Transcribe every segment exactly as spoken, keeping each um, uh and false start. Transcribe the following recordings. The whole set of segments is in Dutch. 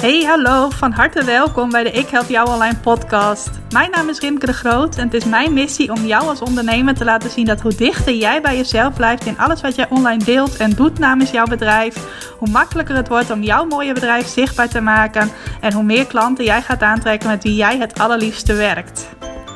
Hey, hallo, van harte welkom bij de Ik Help Jou Online podcast. Mijn naam is Rimke de Groot en het is mijn missie om jou als ondernemer te laten zien dat hoe dichter jij bij jezelf blijft in alles wat jij online deelt en doet namens jouw bedrijf, hoe makkelijker het wordt om jouw mooie bedrijf zichtbaar te maken en hoe meer klanten jij gaat aantrekken met wie jij het allerliefste werkt.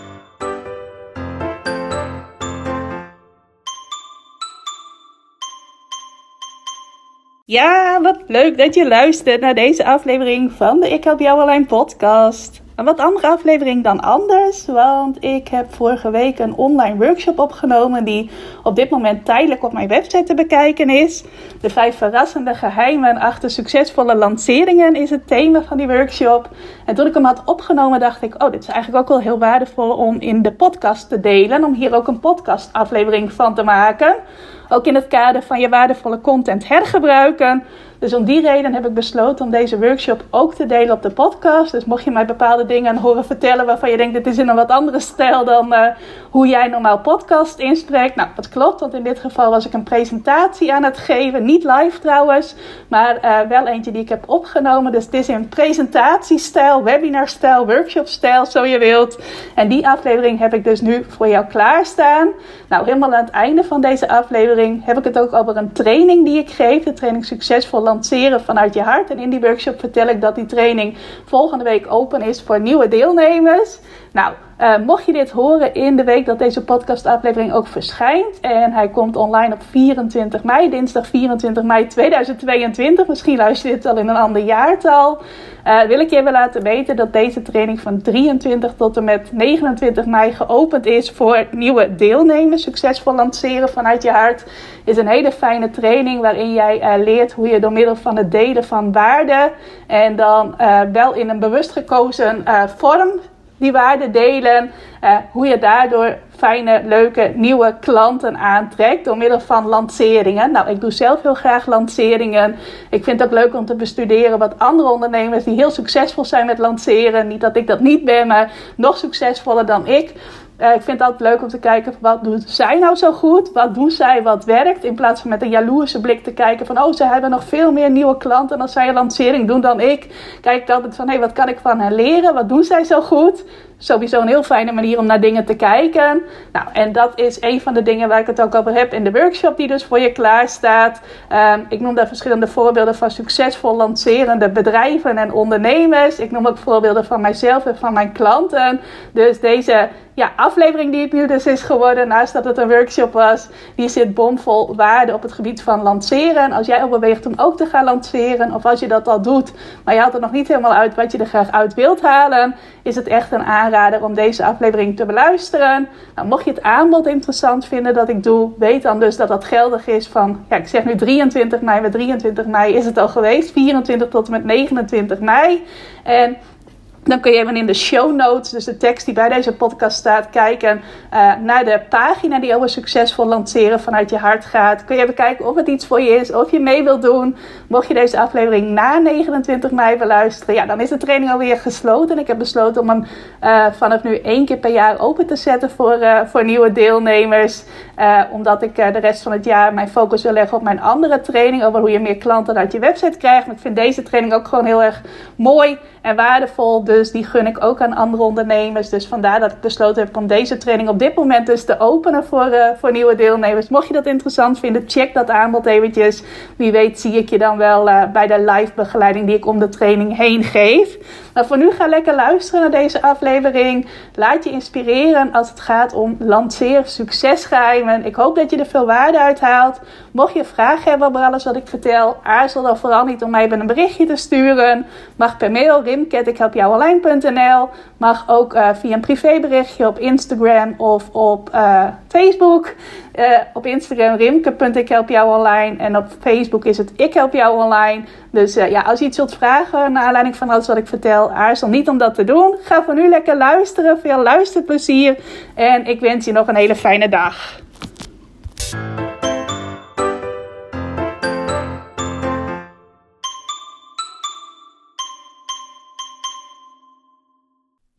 Ja, wat leuk dat je luistert naar deze aflevering van de Ik Help Jou Online podcast. Een wat andere aflevering dan anders, want ik heb vorige week een online workshop opgenomen die op dit moment tijdelijk op mijn website te bekijken is. De vijf verrassende geheimen achter succesvolle lanceringen is het thema van die workshop. En toen ik hem had opgenomen dacht ik, oh, dit is eigenlijk ook wel heel waardevol om in de podcast te delen, om hier ook een podcastaflevering van te maken. Ook in het kader van je waardevolle content hergebruiken. Dus om die reden heb ik besloten om deze workshop ook te delen op de podcast. Dus mocht je mij bepaalde dingen horen vertellen waarvan je denkt, dit is in een wat andere stijl dan uh, hoe jij normaal podcast inspreekt. Nou, dat klopt, want in dit geval was ik een presentatie aan het geven. Niet live trouwens, maar uh, wel eentje die ik heb opgenomen. Dus het is in presentatiestijl, webinarstijl, workshopstijl, zo je wilt. En die aflevering heb ik dus nu voor jou klaarstaan. Nou, helemaal aan het einde van deze aflevering heb ik het ook over een training die ik geef. De training Succesvol Lanceren vanuit je hart. En in die workshop vertel ik dat die training volgende week open is voor nieuwe deelnemers. Nou, uh, mocht je dit horen in de week dat deze podcastaflevering ook verschijnt. En hij komt online op vierentwintig mei, dinsdag vierentwintig mei tweeduizend tweeëntwintig. Misschien luister je dit al in een ander jaartal. Uh, wil ik je even laten weten dat deze training van drieëntwintig tot en met negenentwintig mei geopend is voor nieuwe deelnemers. Succesvol lanceren vanuit je hart is een hele fijne training waarin jij uh, leert hoe je door middel van het delen van waarden en dan uh, wel in een bewust gekozen uh, vorm die waarden delen, uh, hoe je daardoor fijne, leuke, nieuwe klanten aantrekt door middel van lanceringen. Nou, ik doe zelf heel graag lanceringen. Ik vind het ook leuk om te bestuderen wat andere ondernemers die heel succesvol zijn met lanceren, niet dat ik dat niet ben, maar nog succesvoller dan ik. Uh, ik vind het altijd leuk om te kijken, wat doen zij nou zo goed? Wat doen zij wat werkt? In plaats van met een jaloerse blik te kijken van, oh, ze hebben nog veel meer nieuwe klanten als zij een lancering doen dan ik. Kijk ik altijd van, hé, hey, wat kan ik van hen leren? Wat doen zij zo goed? Sowieso een heel fijne manier om naar dingen te kijken. Nou, en dat is een van de dingen waar ik het ook over heb in de workshop die dus voor je klaar staat. Um, ik noem daar verschillende voorbeelden van succesvol lancerende bedrijven en ondernemers. Ik noem ook voorbeelden van mijzelf en van mijn klanten. Dus deze ja, aflevering die het nu dus is geworden, naast dat het een workshop was, die zit bomvol waarde op het gebied van lanceren. Als jij overweegt om ook te gaan lanceren, of als je dat al doet, maar je haalt er nog niet helemaal uit wat je er graag uit wilt halen, is het echt een aanrader om deze aflevering te beluisteren. Nou, mocht je het aanbod interessant vinden dat ik doe, weet dan dus dat dat geldig is van, ja, ik zeg nu drieëntwintig mei, maar drieëntwintig mei is het al geweest, vierentwintig tot en met negenentwintig mei. En dan kun je even in de show notes, dus de tekst die bij deze podcast staat, kijken uh, naar de pagina die over succesvol lanceren vanuit je hart gaat. Kun je even kijken of het iets voor je is, of je mee wilt doen. Mocht je deze aflevering na negenentwintig mei beluisteren, ja, dan is de training alweer gesloten. Ik heb besloten om hem uh, vanaf nu één keer per jaar open te zetten voor, uh, voor nieuwe deelnemers. Uh, omdat ik uh, de rest van het jaar mijn focus wil leggen op mijn andere training over hoe je meer klanten uit je website krijgt. Maar ik vind deze training ook gewoon heel erg mooi en waardevol. Dus die gun ik ook aan andere ondernemers. Dus vandaar dat ik besloten heb om deze training op dit moment dus te openen voor, uh, voor nieuwe deelnemers. Mocht je dat interessant vinden, check dat aanbod eventjes. Wie weet zie ik je dan wel uh, bij de live begeleiding die ik om de training heen geef. Maar voor nu ga lekker luisteren naar deze aflevering. Laat je inspireren als het gaat om lanceer succesgeheimen. Ik hoop dat je er veel waarde uit haalt. Mocht je vragen hebben over alles wat ik vertel, aarzel dan vooral niet om mij een berichtje te sturen. Mag per mail rimke at ik help jou online punt n l. Mag ook uh, via een privéberichtje op Instagram of op uh, Facebook. Uh, op Instagram rimke punt ik help jou online en op Facebook is het Ik Help Jou Online. Dus uh, ja, als je iets wilt vragen naar aanleiding van alles wat ik vertel, aarzel niet om dat te doen. Ga voor nu lekker luisteren, veel luisterplezier en ik wens je nog een hele fijne dag.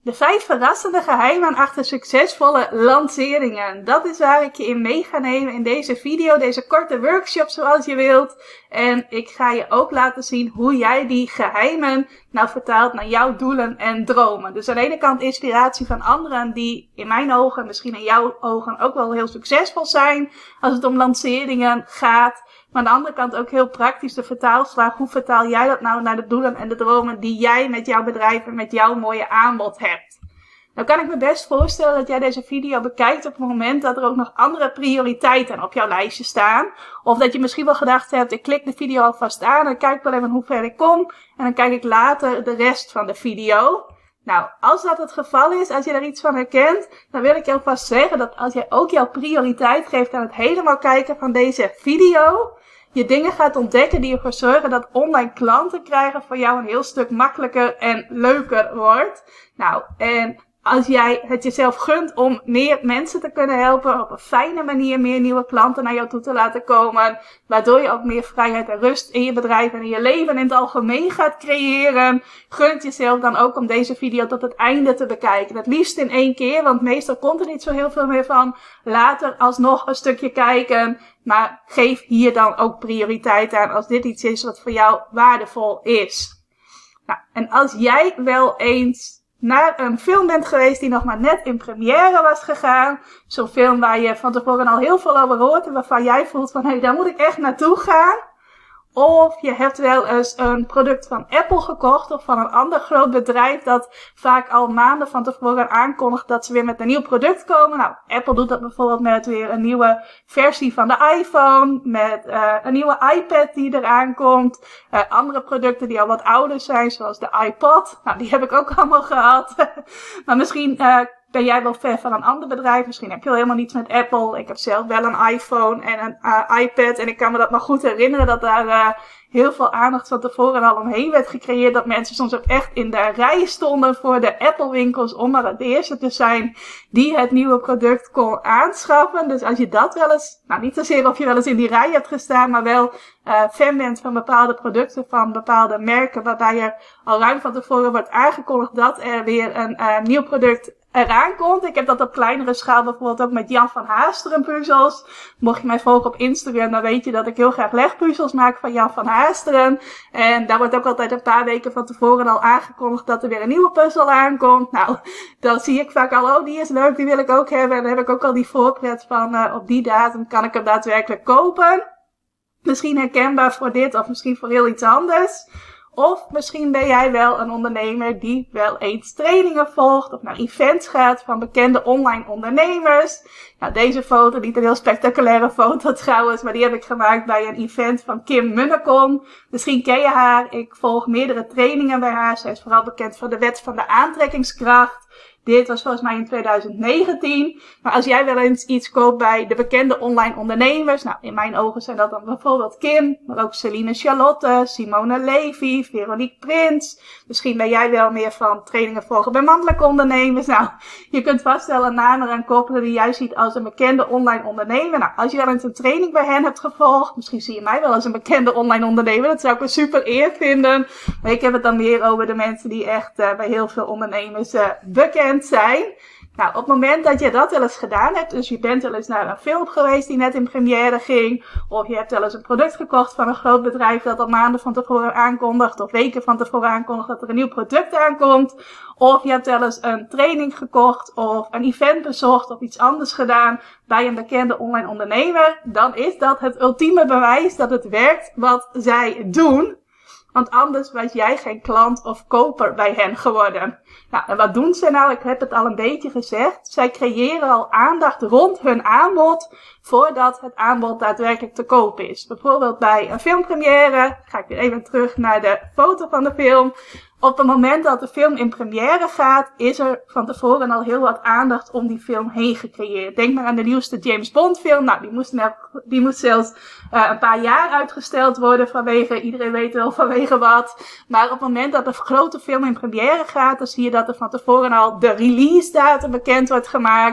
De vijf verrassende geheimen achter succesvolle lanceringen. Dat is waar ik je in mee ga nemen in deze video, deze korte workshop zoals je wilt. En ik ga je ook laten zien hoe jij die geheimen nou vertaalt naar jouw doelen en dromen. Dus aan de ene kant inspiratie van anderen die in mijn ogen, misschien in jouw ogen ook wel heel succesvol zijn als het om lanceringen gaat. Maar aan de andere kant ook heel praktisch de vertaalslag. Hoe vertaal jij dat nou naar de doelen en de dromen die jij met jouw bedrijf en met jouw mooie aanbod hebt? Nou kan ik me best voorstellen dat jij deze video bekijkt op het moment dat er ook nog andere prioriteiten op jouw lijstje staan. Of dat je misschien wel gedacht hebt, ik klik de video alvast aan en kijk wel even hoe ver ik kom. En dan kijk ik later de rest van de video. Nou, als dat het geval is, als je er iets van herkent, dan wil ik je alvast zeggen dat als jij ook jouw prioriteit geeft aan het helemaal kijken van deze video, je dingen gaat ontdekken die ervoor zorgen dat online klanten krijgen voor jou een heel stuk makkelijker en leuker wordt. Nou, en als jij het jezelf gunt om meer mensen te kunnen helpen, op een fijne manier meer nieuwe klanten naar jou toe te laten komen, waardoor je ook meer vrijheid en rust in je bedrijf en in je leven in het algemeen gaat creëren, gunt jezelf dan ook om deze video tot het einde te bekijken. Het liefst in één keer, want meestal komt er niet zo heel veel meer van. Later alsnog een stukje kijken, maar geef hier dan ook prioriteit aan als dit iets is wat voor jou waardevol is. Nou, en als jij wel eens naar een film bent geweest die nog maar net in première was gegaan. Zo'n film waar je van tevoren al heel veel over hoort en waarvan jij voelt van, hé, hey, daar moet ik echt naartoe gaan. Of je hebt wel eens een product van Apple gekocht of van een ander groot bedrijf dat vaak al maanden van tevoren aankondigt dat ze weer met een nieuw product komen. Nou, Apple doet dat bijvoorbeeld met weer een nieuwe versie van de iPhone, met uh, een nieuwe iPad die eraan komt. Uh, andere producten die al wat ouder zijn, zoals de iPod. Nou, die heb ik ook allemaal gehad. Maar misschien uh, ben jij wel fan van een ander bedrijf? Misschien heb je wel helemaal niets met Apple. Ik heb zelf wel een iPhone en een uh, iPad. En ik kan me dat nog goed herinneren dat daar uh, heel veel aandacht van tevoren al omheen werd gecreëerd. Dat mensen soms ook echt in de rij stonden voor de Apple winkels om maar het eerste te zijn die het nieuwe product kon aanschaffen. Dus als je dat wel eens, nou niet zozeer of je wel eens in die rij hebt gestaan, maar wel uh, fan bent van bepaalde producten, van bepaalde merken, waarbij er al ruim van tevoren wordt aangekondigd dat er weer een uh, nieuw product eraan komt. Ik heb dat op kleinere schaal bijvoorbeeld ook met Jan van Haasteren puzzels. Mocht je mij volgen op Instagram, dan weet je dat ik heel graag legpuzzels maak van Jan van Haasteren. En daar wordt ook altijd een paar weken van tevoren al aangekondigd dat er weer een nieuwe puzzel aankomt. Nou, dan zie ik vaak al, oh die is leuk, die wil ik ook hebben. En dan heb ik ook al die voorpret van uh, op die datum kan ik hem daadwerkelijk kopen. Misschien herkenbaar voor dit of misschien voor heel iets anders. Of misschien ben jij wel een ondernemer die wel eens trainingen volgt of naar events gaat van bekende online ondernemers. Nou, deze foto, niet een heel spectaculaire foto trouwens, maar die heb ik gemaakt bij een event van Kim Munnekom. Misschien ken je haar. Ik volg meerdere trainingen bij haar. Zij is vooral bekend van de wet van de aantrekkingskracht. Dit was volgens mij in twintig negentien. Maar als jij wel eens iets koopt bij de bekende online ondernemers. Nou, in mijn ogen zijn dat dan bijvoorbeeld Kim. Maar ook Celine Charlotte, Simone Levy, Veronique Prins. Misschien ben jij wel meer van trainingen volgen bij mannelijke ondernemers. Nou, je kunt vast wel een naam eraan koppelen die jij ziet als een bekende online ondernemer. Nou, als je wel eens een training bij hen hebt gevolgd. Misschien zie je mij wel als een bekende online ondernemer. Dat zou ik een super eer vinden. Maar ik heb het dan meer over de mensen die echt uh, bij heel veel ondernemers uh, bekend zijn. Nou, op het moment dat je dat wel eens gedaan hebt, dus je bent wel eens naar een film geweest die net in première ging, of je hebt wel eens een product gekocht van een groot bedrijf dat al maanden van tevoren aankondigt, of weken van tevoren aankondigt dat er een nieuw product aankomt, of je hebt wel eens een training gekocht, of een event bezocht, of iets anders gedaan bij een bekende online ondernemer, dan is dat het ultieme bewijs dat het werkt wat zij doen. Want anders was jij geen klant of koper bij hen geworden. Nou, en wat doen ze nou? Ik heb het al een beetje gezegd. Zij creëren al aandacht rond hun aanbod voordat het aanbod daadwerkelijk te koop is. Bijvoorbeeld bij een filmpremière. Ga ik weer even terug naar de foto van de film. Op het moment dat de film in première gaat, is er van tevoren al heel wat aandacht om die film heen gecreëerd. Denk maar aan de nieuwste James Bond film. Nou, die moest, die moest zelfs uh, een paar jaar uitgesteld worden vanwege, iedereen weet wel vanwege wat. Maar op het moment dat de grote film in première gaat, dan zie je dat er van tevoren al de release datum bekend wordt gemaakt.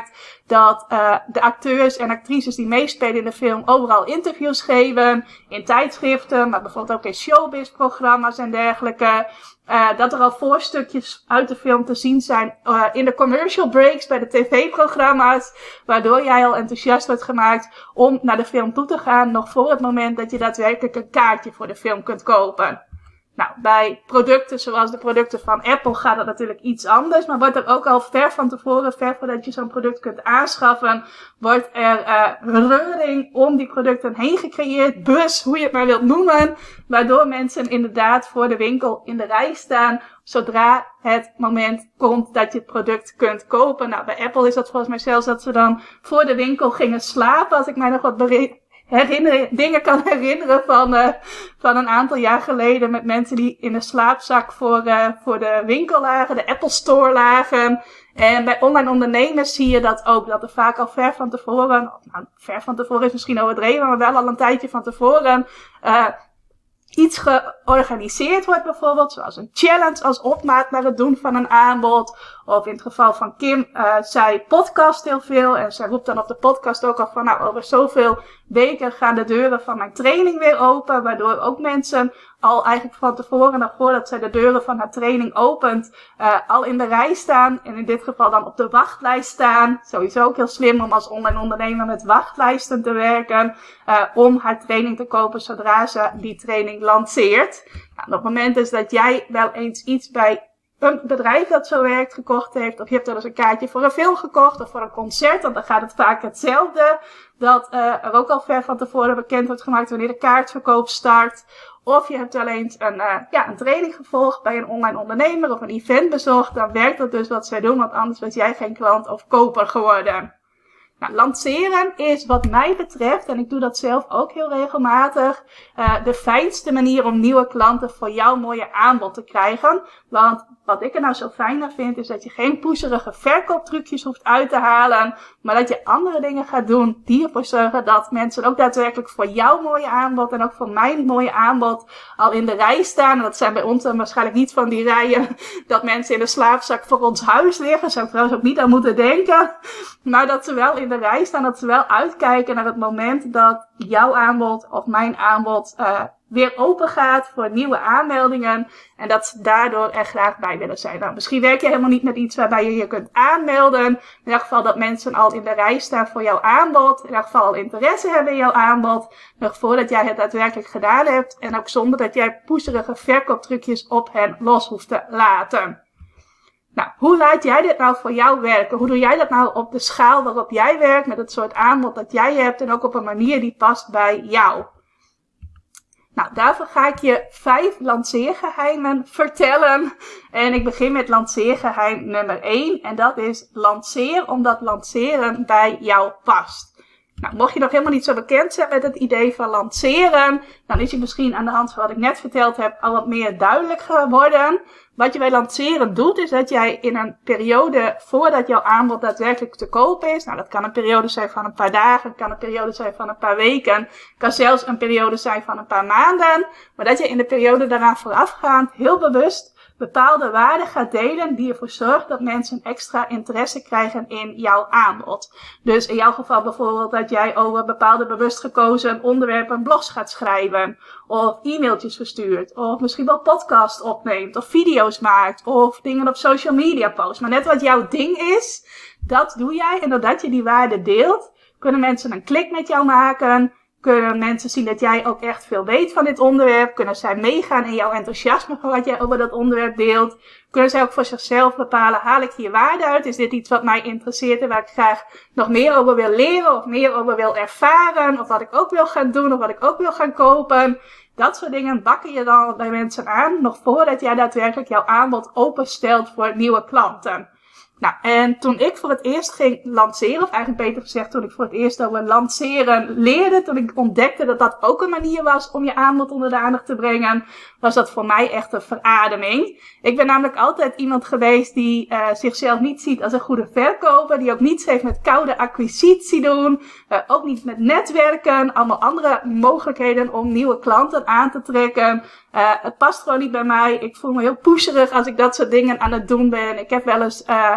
dat uh, de acteurs en actrices die meespelen in de film overal interviews geven. In tijdschriften, maar bijvoorbeeld ook in showbiz-programma's en dergelijke. Uh, dat er al voorstukjes uit de film te zien zijn uh, in de commercial breaks bij de tv-programma's. Waardoor jij al enthousiast wordt gemaakt om naar de film toe te gaan. Nog voor het moment dat je daadwerkelijk een kaartje voor de film kunt kopen. Nou, bij producten zoals de producten van Apple gaat dat natuurlijk iets anders. Maar wordt er ook al ver van tevoren, ver voordat je zo'n product kunt aanschaffen, wordt er uh, reuring om die producten heen gecreëerd. Bus, hoe je het maar wilt noemen. Waardoor mensen inderdaad voor de winkel in de rij staan zodra het moment komt dat je het product kunt kopen. Nou, bij Apple is dat volgens mij zelfs dat ze dan voor de winkel gingen slapen. Als ik mij nog wat bericht. Herinner, dingen kan herinneren van, uh, van een aantal jaar geleden met mensen die in een slaapzak voor, uh, voor de winkel lagen, de Apple Store lagen. En bij online ondernemers zie je dat ook, dat er vaak al ver van tevoren, nou, ver van tevoren is misschien overdreven, maar wel al een tijdje van tevoren, uh, iets georganiseerd wordt bijvoorbeeld, zoals een challenge als opmaat naar het doen van een aanbod. Of in het geval van Kim, uh, zij podcast heel veel en zij roept dan op de podcast ook al van, nou, over zoveel weken gaan de deuren van mijn training weer open, waardoor ook mensen al eigenlijk van tevoren, nog voordat zij de deuren van haar training opent, uh, al in de rij staan en in dit geval dan op de wachtlijst staan. Sowieso ook heel slim om als online ondernemer met wachtlijsten te werken, uh, om haar training te kopen zodra ze die training lanceert. Nou, op het moment dus dat jij wel eens iets bij een bedrijf dat zo werkt gekocht heeft, of je hebt wel eens een kaartje voor een film gekocht of voor een concert, want dan gaat het vaak hetzelfde, dat uh, er ook al ver van tevoren bekend wordt gemaakt wanneer de kaartverkoop start. Of je hebt wel eens een, uh, ja, een training gevolgd bij een online ondernemer of een event bezocht, dan werkt dat dus wat zij doen, want anders was jij geen klant of koper geworden. Nou, lanceren is wat mij betreft, en ik doe dat zelf ook heel regelmatig, uh, de fijnste manier om nieuwe klanten voor jouw mooie aanbod te krijgen. Want wat ik er nou zo fijn aan vind, is dat je geen poeserige verkooptrucjes hoeft uit te halen, maar dat je andere dingen gaat doen die ervoor zorgen dat mensen ook daadwerkelijk voor jouw mooie aanbod en ook voor mijn mooie aanbod al in de rij staan. En dat zijn bij ons dan waarschijnlijk niet van die rijen dat mensen in de slaapzak voor ons huis liggen. Zou ik trouwens ook niet aan moeten denken. Maar dat ze wel in de rij staan, dat ze wel uitkijken naar het moment dat jouw aanbod of mijn aanbod uh, weer open gaat voor nieuwe aanmeldingen. En dat ze daardoor er graag bij willen zijn. Nou, misschien werk je helemaal niet met iets waarbij je je kunt aanmelden. In ieder geval dat mensen al in de rij staan voor jouw aanbod. In ieder geval al interesse hebben in jouw aanbod. Nog voordat jij het daadwerkelijk gedaan hebt. En ook zonder dat jij poeserige verkooptrucjes op hen los hoeft te laten. Nou, hoe laat jij dit nou voor jou werken? Hoe doe jij dat nou op de schaal waarop jij werkt, met het soort aanbod dat jij hebt en ook op een manier die past bij jou? Nou, daarvoor ga ik je vijf lanceergeheimen vertellen. En ik begin met lanceergeheim nummer één. En dat is lanceer omdat lanceren bij jou past. Nou, mocht je nog helemaal niet zo bekend zijn met het idee van lanceren, dan is je misschien aan de hand van wat ik net verteld heb al wat meer duidelijk geworden. Wat je bij lanceren doet, is dat jij in een periode voordat jouw aanbod daadwerkelijk te koop is, nou dat kan een periode zijn van een paar dagen, kan een periode zijn van een paar weken, kan zelfs een periode zijn van een paar maanden, maar dat je in de periode daaraan voorafgaand heel bewust bepaalde waarden gaat delen die ervoor zorgt dat mensen extra interesse krijgen in jouw aanbod. Dus in jouw geval bijvoorbeeld dat jij over bepaalde bewust gekozen onderwerpen blogs gaat schrijven, of e-mailtjes verstuurt, of misschien wel podcast opneemt, of video's maakt, of dingen op social media post. Maar net wat jouw ding is, dat doe jij. En doordat je die waarden deelt, kunnen mensen een klik met jou maken. Kunnen mensen zien dat jij ook echt veel weet van dit onderwerp. Kunnen zij meegaan in jouw enthousiasme van wat jij over dat onderwerp deelt. Kunnen zij ook voor zichzelf bepalen, haal ik hier waarde uit? Is dit iets wat mij interesseert en waar ik graag nog meer over wil leren of meer over wil ervaren? Of wat ik ook wil gaan doen of wat ik ook wil gaan kopen? Dat soort dingen bakken je dan bij mensen aan, nog voordat jij daadwerkelijk jouw aanbod openstelt voor nieuwe klanten. Nou, en toen ik voor het eerst ging lanceren, of eigenlijk beter gezegd, toen ik voor het eerst over lanceren leerde, toen ik ontdekte dat dat ook een manier was om je aanbod onder de aandacht te brengen, was dat voor mij echt een verademing. Ik ben namelijk altijd iemand geweest die uh, zichzelf niet ziet als een goede verkoper, die ook niets heeft met koude acquisitie doen, uh, ook niet met netwerken, allemaal andere mogelijkheden om nieuwe klanten aan te trekken. Uh, het past gewoon niet bij mij. Ik voel me heel pusherig als ik dat soort dingen aan het doen ben. Ik heb wel eens uh,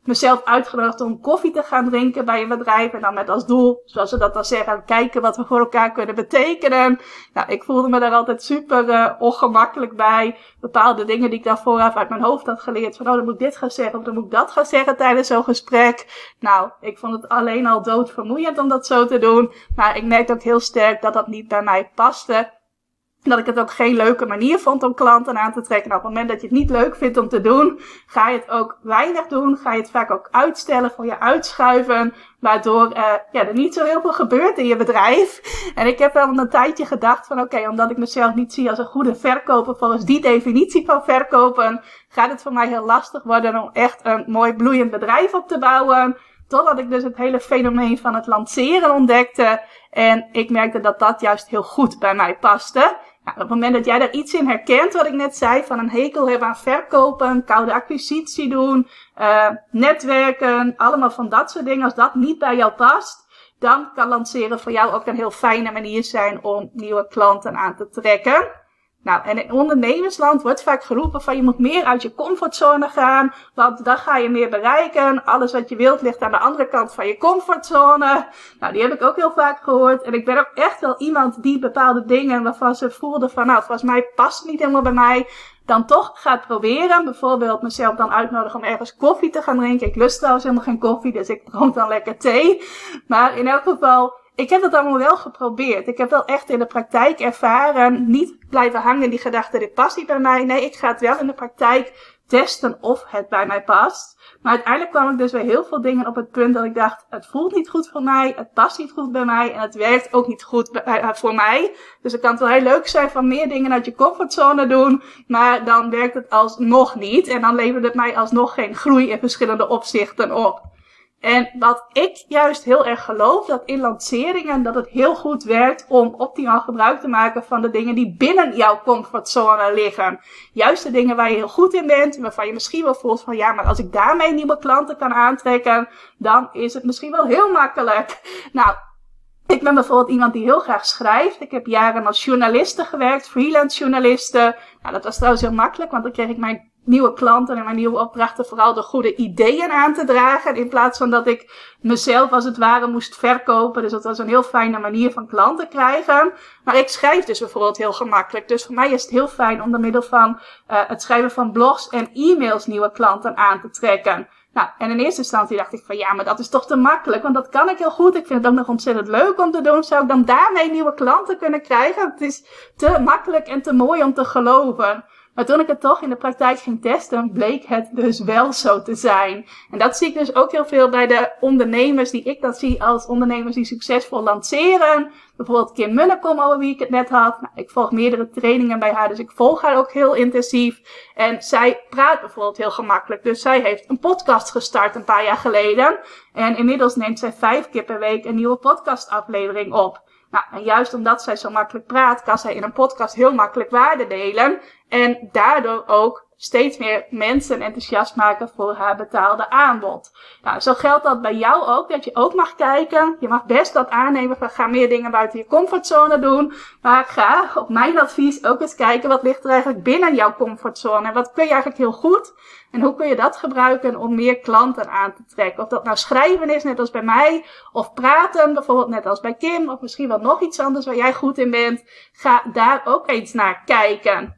mezelf uitgenodigd om koffie te gaan drinken bij een bedrijf. En dan met als doel, zoals ze dat dan zeggen, kijken wat we voor elkaar kunnen betekenen. Nou, ik voelde me daar altijd super uh, ongemakkelijk bij. Bepaalde dingen die ik dan vooraf uit mijn hoofd had geleerd. Van, oh, dan moet ik dit gaan zeggen of dan moet ik dat gaan zeggen tijdens zo'n gesprek. Nou, ik vond het alleen al doodvermoeiend om dat zo te doen. Maar ik merkte ook heel sterk dat dat niet bij mij paste. Dat ik het ook geen leuke manier vond om klanten aan te trekken. Nou, op het moment dat je het niet leuk vindt om te doen, ga je het ook weinig doen. Ga je het vaak ook uitstellen, voor je uitschuiven. Waardoor uh, ja, er niet zo heel veel gebeurt in je bedrijf. En ik heb wel een tijdje gedacht van oké, okay, omdat ik mezelf niet zie als een goede verkoper volgens die definitie van verkopen, gaat het voor mij heel lastig worden om echt een mooi bloeiend bedrijf op te bouwen. Totdat ik dus het hele fenomeen van het lanceren ontdekte. En ik merkte dat dat juist heel goed bij mij paste. Nou, op het moment dat jij daar iets in herkent, wat ik net zei, van een hekel hebben aan verkopen, koude acquisitie doen, uh, netwerken, allemaal van dat soort dingen, als dat niet bij jou past, dan kan lanceren voor jou ook een heel fijne manier zijn om nieuwe klanten aan te trekken. Nou, en in ondernemersland wordt vaak geroepen van je moet meer uit je comfortzone gaan, want dan ga je meer bereiken. Alles wat je wilt ligt aan de andere kant van je comfortzone. Nou, die heb ik ook heel vaak gehoord. En ik ben ook echt wel iemand die bepaalde dingen waarvan ze voelde van, nou, volgens mij past het niet helemaal bij mij, dan toch gaat proberen. Bijvoorbeeld mezelf dan uitnodigen om ergens koffie te gaan drinken. Ik lust trouwens helemaal geen koffie, dus ik dronk dan lekker thee. Maar in elk geval, ik heb dat allemaal wel geprobeerd. Ik heb wel echt in de praktijk ervaren, niet blijven hangen in die gedachte, dit past niet bij mij. Nee, ik ga het wel in de praktijk testen of het bij mij past. Maar uiteindelijk kwam ik dus bij heel veel dingen op het punt dat ik dacht, het voelt niet goed voor mij, het past niet goed bij mij en het werkt ook niet goed bij, uh, voor mij. Dus het kan wel heel leuk zijn van meer dingen uit je comfortzone doen, maar dan werkt het alsnog niet. En dan levert het mij alsnog geen groei in verschillende opzichten op. En wat ik juist heel erg geloof, dat in lanceringen dat het heel goed werkt om optimaal gebruik te maken van de dingen die binnen jouw comfortzone liggen. Juist de dingen waar je heel goed in bent, waarvan je misschien wel voelt van ja, maar als ik daarmee nieuwe klanten kan aantrekken, dan is het misschien wel heel makkelijk. Nou, ik ben bijvoorbeeld iemand die heel graag schrijft. Ik heb jaren als journaliste gewerkt, freelance journaliste. Nou, dat was trouwens heel makkelijk, want dan kreeg ik mijn nieuwe klanten en mijn nieuwe opdrachten vooral de goede ideeën aan te dragen. In plaats van dat ik mezelf als het ware moest verkopen. Dus dat was een heel fijne manier van klanten krijgen. Maar ik schrijf dus bijvoorbeeld heel gemakkelijk. Dus voor mij is het heel fijn om door middel van uh, het schrijven van blogs en e-mails nieuwe klanten aan te trekken. Nou, en in eerste instantie dacht ik van ja, maar dat is toch te makkelijk. Want dat kan ik heel goed. Ik vind het ook nog ontzettend leuk om te doen. Zou ik dan daarmee nieuwe klanten kunnen krijgen? Het is te makkelijk en te mooi om te geloven. Maar toen ik het toch in de praktijk ging testen, bleek het dus wel zo te zijn. En dat zie ik dus ook heel veel bij de ondernemers die ik dat zie als ondernemers die succesvol lanceren. Bijvoorbeeld Kim Munnekom, over wie ik het net had. Nou, ik volg meerdere trainingen bij haar, dus ik volg haar ook heel intensief. En zij praat bijvoorbeeld heel gemakkelijk. Dus zij heeft een podcast gestart een paar jaar geleden. En inmiddels neemt zij vijf keer per week een nieuwe podcastaflevering op. Nou, en juist omdat zij zo makkelijk praat, kan zij in een podcast heel makkelijk waarde delen. En daardoor ook steeds meer mensen enthousiast maken voor haar betaalde aanbod. Nou, zo geldt dat bij jou ook, dat je ook mag kijken. Je mag best dat aannemen van ga meer dingen buiten je comfortzone doen. Maar ga op mijn advies ook eens kijken wat ligt er eigenlijk binnen jouw comfortzone. En wat kun je eigenlijk heel goed. En hoe kun je dat gebruiken om meer klanten aan te trekken. Of dat nou schrijven is, net als bij mij. Of praten, bijvoorbeeld net als bij Kim. Of misschien wel nog iets anders waar jij goed in bent. Ga daar ook eens naar kijken.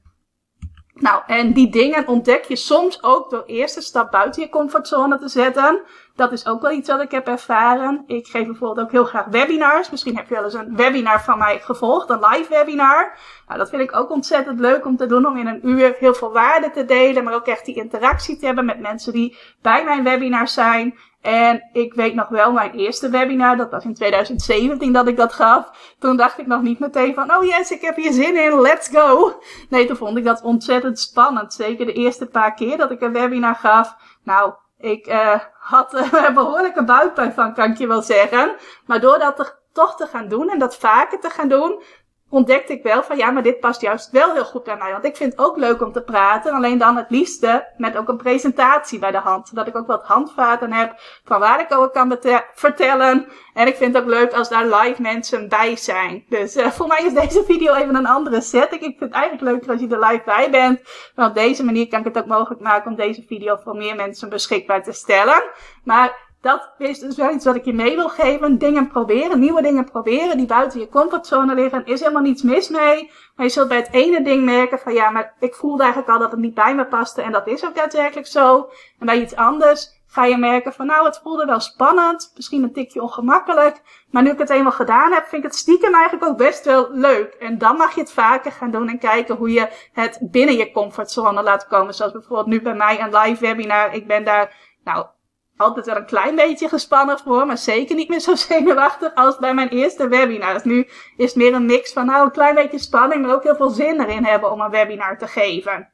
Nou, en die dingen ontdek je soms ook door eerst een stap buiten je comfortzone te zetten. Dat is ook wel iets wat ik heb ervaren. Ik geef bijvoorbeeld ook heel graag webinars. Misschien heb je wel eens een webinar van mij gevolgd, een live webinar. Nou, dat vind ik ook ontzettend leuk om te doen, om in een uur heel veel waarde te delen. Maar ook echt die interactie te hebben met mensen die bij mijn webinar zijn. En ik weet nog wel, mijn eerste webinar, dat was in twintig zeventien dat ik dat gaf. Toen dacht ik nog niet meteen van, oh yes, ik heb hier zin in, let's go. Nee, toen vond ik dat ontzettend spannend. Zeker de eerste paar keer dat ik een webinar gaf. Nou, ik uh, had er uh, behoorlijke buikpijn van, kan ik je wel zeggen. Maar door dat er toch te gaan doen en dat vaker te gaan doen, ontdekte ik wel van ja, maar dit past juist wel heel goed bij mij. Want ik vind het ook leuk om te praten. Alleen dan het liefste met ook een presentatie bij de hand. Zodat ik ook wat handvaten heb van waar ik over kan bete- vertellen. En ik vind het ook leuk als daar live mensen bij zijn. Dus uh, voor mij is deze video even een andere setting. Ik vind het eigenlijk leuker als je er live bij bent. Maar op deze manier kan ik het ook mogelijk maken om deze video voor meer mensen beschikbaar te stellen. Maar dat is dus wel iets wat ik je mee wil geven. Dingen proberen, nieuwe dingen proberen die buiten je comfortzone liggen. Is helemaal niets mis mee. Maar je zult bij het ene ding merken van ja, maar ik voelde eigenlijk al dat het niet bij me paste. En dat is ook daadwerkelijk zo. En bij iets anders ga je merken van nou, het voelde wel spannend. Misschien een tikje ongemakkelijk. Maar nu ik het eenmaal gedaan heb, vind ik het stiekem eigenlijk ook best wel leuk. En dan mag je het vaker gaan doen en kijken hoe je het binnen je comfortzone laat komen. Zoals bijvoorbeeld nu bij mij een live webinar. Ik ben daar nou altijd wel een klein beetje gespannen voor, maar zeker niet meer zo zenuwachtig als bij mijn eerste webinar. Dus nu is het meer een mix van nou een klein beetje spanning, maar ook heel veel zin erin hebben om een webinar te geven.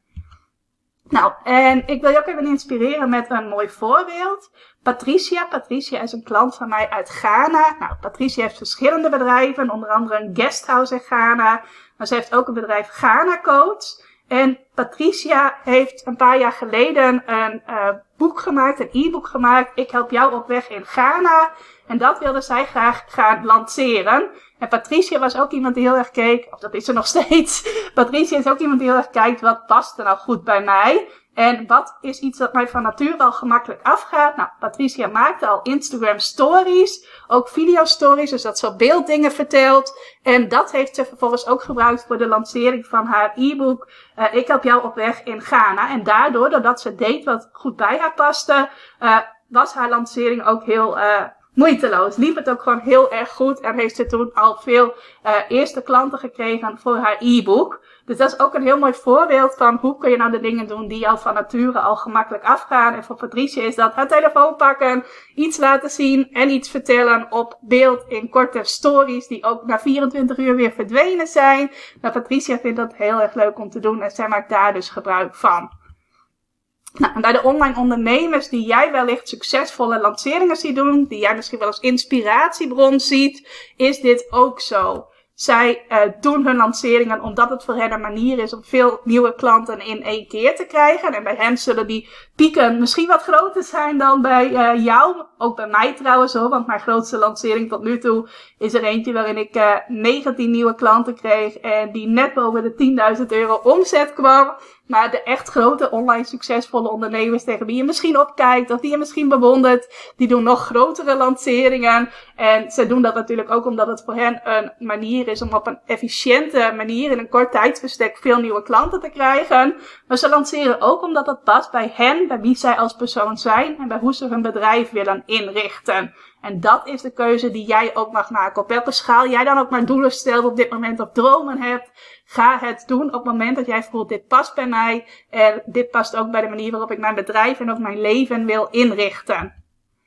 Nou, en ik wil je ook even inspireren met een mooi voorbeeld. Patricia. Patricia is een klant van mij uit Ghana. Nou, Patricia heeft verschillende bedrijven, onder andere een guesthouse in Ghana. Maar ze heeft ook een bedrijf Ghana Coach. En Patricia heeft een paar jaar geleden een uh, boek gemaakt, een e-book gemaakt. Ik help jou op weg in Ghana. En dat wilde zij graag gaan lanceren. En Patricia was ook iemand die heel erg keek, of dat is ze nog steeds. Patricia is ook iemand die heel erg kijkt, wat past er nou goed bij mij? En wat is iets dat mij van nature al gemakkelijk afgaat? Nou, Patricia maakte al Instagram stories, ook video stories, dus dat ze op beeld dingen vertelt. En dat heeft ze vervolgens ook gebruikt voor de lancering van haar e-book uh, Ik help jou op weg in Ghana. En daardoor, doordat ze deed wat goed bij haar paste, uh, was haar lancering ook heel uh, moeiteloos. Liep het ook gewoon heel erg goed en heeft ze toen al veel uh, eerste klanten gekregen voor haar e-book. Dus dat is ook een heel mooi voorbeeld van hoe kun je nou de dingen doen die jou van nature al gemakkelijk afgaan. En voor Patricia is dat haar telefoon pakken, iets laten zien en iets vertellen op beeld in korte stories die ook na vierentwintig uur weer verdwenen zijn. Nou, Patricia vindt dat heel erg leuk om te doen en zij maakt daar dus gebruik van. Nou, en bij de online ondernemers die jij wellicht succesvolle lanceringen ziet doen, die jij misschien wel als inspiratiebron ziet, is dit ook zo. Zij uh, doen hun lanceringen omdat het voor hen een manier is om veel nieuwe klanten in één keer te krijgen. En bij hen zullen die pieken misschien wat groter zijn dan bij uh, jou. Ook bij mij trouwens hoor, want mijn grootste lancering tot nu toe is er eentje waarin ik uh, negentien nieuwe klanten kreeg en die net boven de tienduizend euro omzet kwam. Maar de echt grote online succesvolle ondernemers tegen wie je misschien opkijkt of die je misschien bewondert, die doen nog grotere lanceringen. En ze doen dat natuurlijk ook omdat het voor hen een manier is om op een efficiënte manier in een kort tijdsbestek veel nieuwe klanten te krijgen. Maar ze lanceren ook omdat dat past bij hen, bij wie zij als persoon zijn en bij hoe ze hun bedrijf willen inrichten. En dat is de keuze die jij ook mag maken. Op welke schaal jij dan ook maar doelen stelt op dit moment of dromen hebt. Ga het doen op het moment dat jij voelt, dit past bij mij. En dit past ook bij de manier waarop ik mijn bedrijf en ook mijn leven wil inrichten.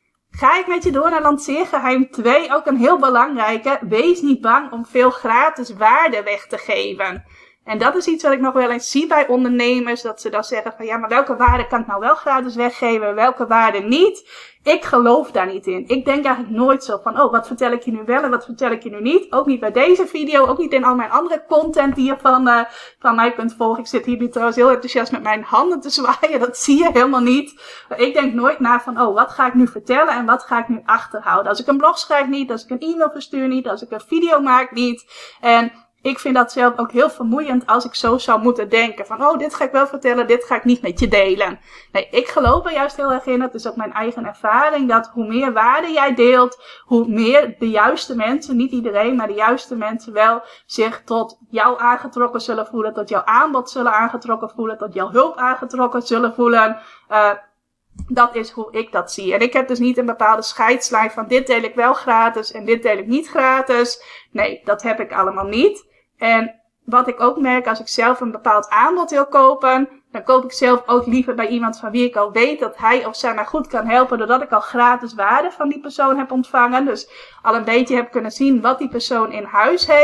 Ga ik met je door naar lanceergeheim twee. Ook een heel belangrijke. Wees niet bang om veel gratis waarde weg te geven. En dat is iets wat ik nog wel eens zie bij ondernemers. Dat ze dan zeggen van ja, maar welke waarde kan ik nou wel gratis weggeven? Welke waarde niet? Ik geloof daar niet in. Ik denk eigenlijk nooit zo van oh, wat vertel ik je nu wel en wat vertel ik je nu niet? Ook niet bij deze video. Ook niet in al mijn andere content die je van, uh, van mij kunt volgen. Ik zit hier nu trouwens heel enthousiast met mijn handen te zwaaien. Dat zie je helemaal niet. Maar ik denk nooit na van oh, wat ga ik nu vertellen en wat ga ik nu achterhouden? Als ik een blog schrijf niet. Als ik een e-mail verstuur niet. Als ik een video maak niet. En ik vind dat zelf ook heel vermoeiend als ik zo zou moeten denken. Van, oh, dit ga ik wel vertellen, dit ga ik niet met je delen. Nee, ik geloof er juist heel erg in. Het is ook mijn eigen ervaring. Dat hoe meer waarde jij deelt, hoe meer de juiste mensen, niet iedereen, maar de juiste mensen wel zich tot jou aangetrokken zullen voelen. Tot jouw aanbod zullen aangetrokken voelen. Tot jouw hulp aangetrokken zullen voelen. Uh, Dat is hoe ik dat zie. En ik heb dus niet een bepaalde scheidslijn van dit deel ik wel gratis en dit deel ik niet gratis. Nee, dat heb ik allemaal niet. En wat ik ook merk als ik zelf een bepaald aanbod wil kopen, dan koop ik zelf ook liever bij iemand van wie ik al weet dat hij of zij mij goed kan helpen, doordat ik al gratis waarde van die persoon heb ontvangen. Dus al een beetje heb kunnen zien wat die persoon in huis heeft.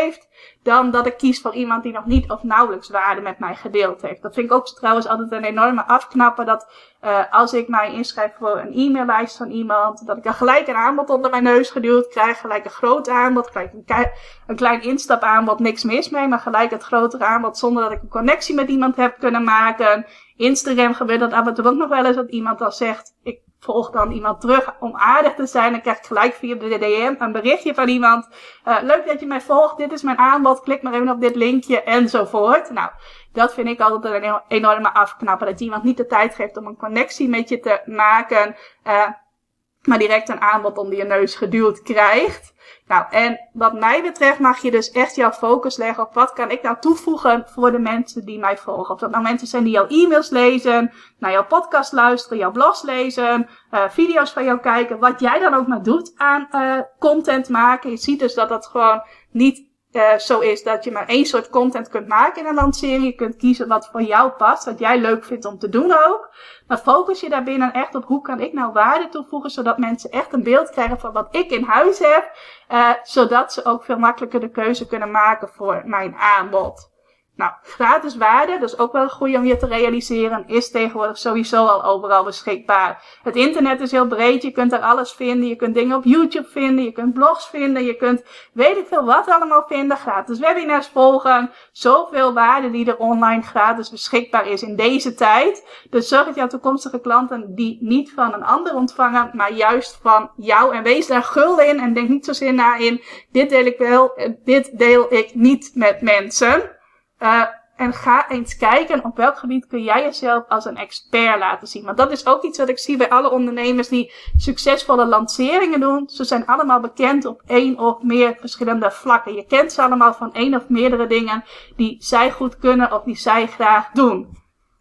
dan dat ik kies voor iemand die nog niet of nauwelijks waarde met mij gedeeld heeft. Dat vind ik ook trouwens altijd een enorme afknapper, dat uh, als ik mij inschrijf voor een e-maillijst van iemand, dat ik dan gelijk een aanbod onder mijn neus geduwd krijg, gelijk een groot aanbod, gelijk een, ke- een klein instapaanbod, niks mis mee, maar gelijk het grotere aanbod zonder dat ik een connectie met iemand heb kunnen maken. Instagram gebeurt dat af en toe ook nog wel eens, dat iemand dan zegt, ik volg dan iemand terug om aardig te zijn. Dan krijg ik gelijk via de D M een berichtje van iemand. Uh, leuk dat je mij volgt. Dit is mijn aanbod. Klik maar even op dit linkje enzovoort. Nou, dat vind ik altijd een enorme afknapper. Dat je iemand niet de tijd geeft om een connectie met je te maken. Uh, maar direct een aanbod onder je neus geduwd krijgt. Nou, en wat mij betreft mag je dus echt jouw focus leggen op wat kan ik nou toevoegen voor de mensen die mij volgen. Of dat nou mensen zijn die jouw e-mails lezen, naar jouw podcast luisteren, jouw blogs lezen, uh, video's van jou kijken. Wat jij dan ook maar doet aan uh, content maken. Je ziet dus dat dat gewoon niet uh, zo is dat je maar één soort content kunt maken in een lancering. Je kunt kiezen wat voor jou past, wat jij leuk vindt om te doen ook. Maar focus je daarbinnen echt op hoe kan ik nou waarde toevoegen, zodat mensen echt een beeld krijgen van wat ik in huis heb. Uh, zodat ze ook veel makkelijker de keuze kunnen maken voor mijn aanbod. Nou, gratis waarde, dat is ook wel goed om je te realiseren, is tegenwoordig sowieso al overal beschikbaar. Het internet is heel breed, je kunt er alles vinden. Je kunt dingen op YouTube vinden, je kunt blogs vinden, je kunt weet ik veel wat allemaal vinden. Gratis webinars volgen, zoveel waarde die er online gratis beschikbaar is in deze tijd. Dus zorg dat jouw toekomstige klanten die niet van een ander ontvangen, maar juist van jou. En wees daar gul in en denk niet zozeer na in, dit deel ik wel, dit deel ik niet met mensen. Uh, en ga eens kijken op welk gebied kun jij jezelf als een expert laten zien. Want dat is ook iets wat ik zie bij alle ondernemers die succesvolle lanceringen doen. Ze zijn allemaal bekend op één of meer verschillende vlakken. Je kent ze allemaal van één of meerdere dingen die zij goed kunnen of die zij graag doen.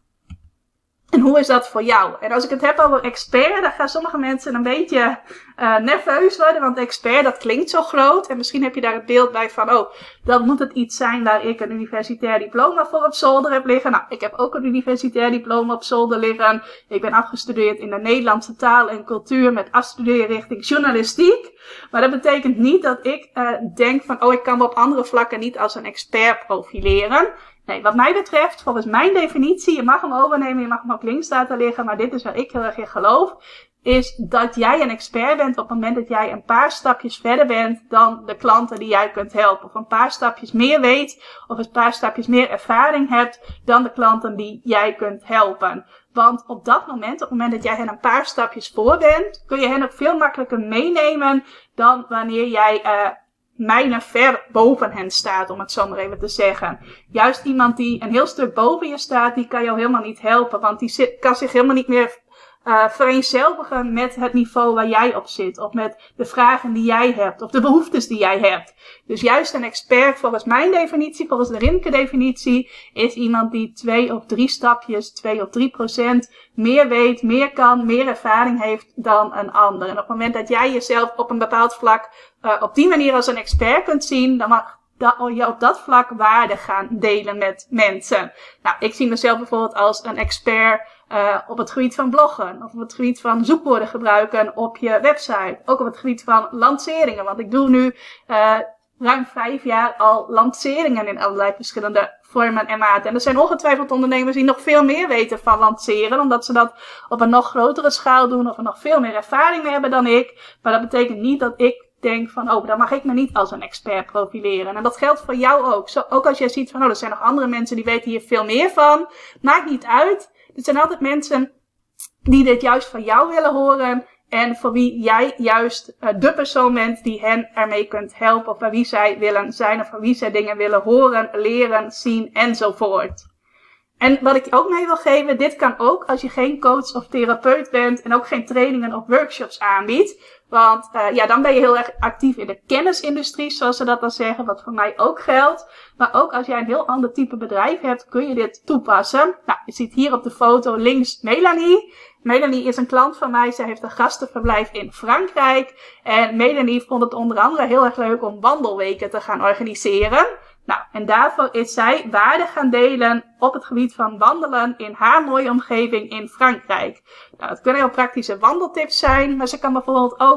En hoe is dat voor jou? En als ik het heb over expert, dan gaan sommige mensen een beetje uh, nerveus worden. Want expert, dat klinkt zo groot. En misschien heb je daar het beeld bij van, oh, dan moet het iets zijn waar ik een universitair diploma voor op zolder heb liggen. Nou, ik heb ook een universitair diploma op zolder liggen. Ik ben afgestudeerd in de Nederlandse taal en cultuur met afstudeerrichting journalistiek. Maar dat betekent niet dat ik uh, denk van, oh, ik kan me op andere vlakken niet als een expert profileren. Nee, wat mij betreft, volgens mijn definitie, je mag hem overnemen, je mag hem ook links laten liggen, maar dit is waar ik heel erg in geloof, is dat jij een expert bent op het moment dat jij een paar stapjes verder bent dan de klanten die jij kunt helpen. Of een paar stapjes meer weet, of een paar stapjes meer ervaring hebt dan de klanten die jij kunt helpen. Want op dat moment, op het moment dat jij hen een paar stapjes voor bent, kun je hen ook veel makkelijker meenemen dan wanneer jij uh, mijlen ver boven hen staat, om het zo maar even te zeggen. Juist iemand die een heel stuk boven je staat, die kan jou helemaal niet helpen, want die zit, kan zich helemaal niet meer uh, vereenzelvigen met het niveau waar jij op zit, of met de vragen die jij hebt, of de behoeftes die jij hebt. Dus juist een expert, volgens mijn definitie, volgens de Rimke-definitie, is iemand die twee of drie stapjes, twee of drie procent meer weet, meer kan, meer ervaring heeft dan een ander. En op het moment dat jij jezelf op een bepaald vlak uh, op die manier als een expert kunt zien, dan mag dat je op dat vlak waarde gaan delen met mensen. Nou, ik zie mezelf bijvoorbeeld als een expert uh, op het gebied van bloggen, of op het gebied van zoekwoorden gebruiken op je website. Ook op het gebied van lanceringen, want ik doe nu uh, ruim vijf jaar al lanceringen in allerlei verschillende vormen en maten. En er zijn ongetwijfeld ondernemers die nog veel meer weten van lanceren, omdat ze dat op een nog grotere schaal doen, of er nog veel meer ervaring mee hebben dan ik. Maar dat betekent niet dat ik denk van, oh, dan mag ik me niet als een expert profileren. En dat geldt voor jou ook. Zo, ook als jij ziet van, oh, er zijn nog andere mensen die weten hier veel meer van. Maakt niet uit. Er zijn altijd mensen die dit juist van jou willen horen. En voor wie jij juist uh, de persoon bent die hen ermee kunt helpen. Of bij wie zij willen zijn. Of voor wie zij dingen willen horen, leren, zien enzovoort. En wat ik ook mee wil geven, dit kan ook als je geen coach of therapeut bent. En ook geen trainingen of workshops aanbiedt. Want uh, ja, dan ben je heel erg actief in de kennisindustrie, zoals ze dat dan zeggen, wat voor mij ook geldt. Maar ook als jij een heel ander type bedrijf hebt, kun je dit toepassen. Nou, je ziet hier op de foto links Melanie. Melanie is een klant van mij, zij heeft een gastenverblijf in Frankrijk. En Melanie vond het onder andere heel erg leuk om wandelweken te gaan organiseren. Nou, en daarvoor is zij waarde gaan delen op het gebied van wandelen in haar mooie omgeving in Frankrijk. Nou, dat kunnen heel praktische wandeltips zijn, maar ze kan bijvoorbeeld ook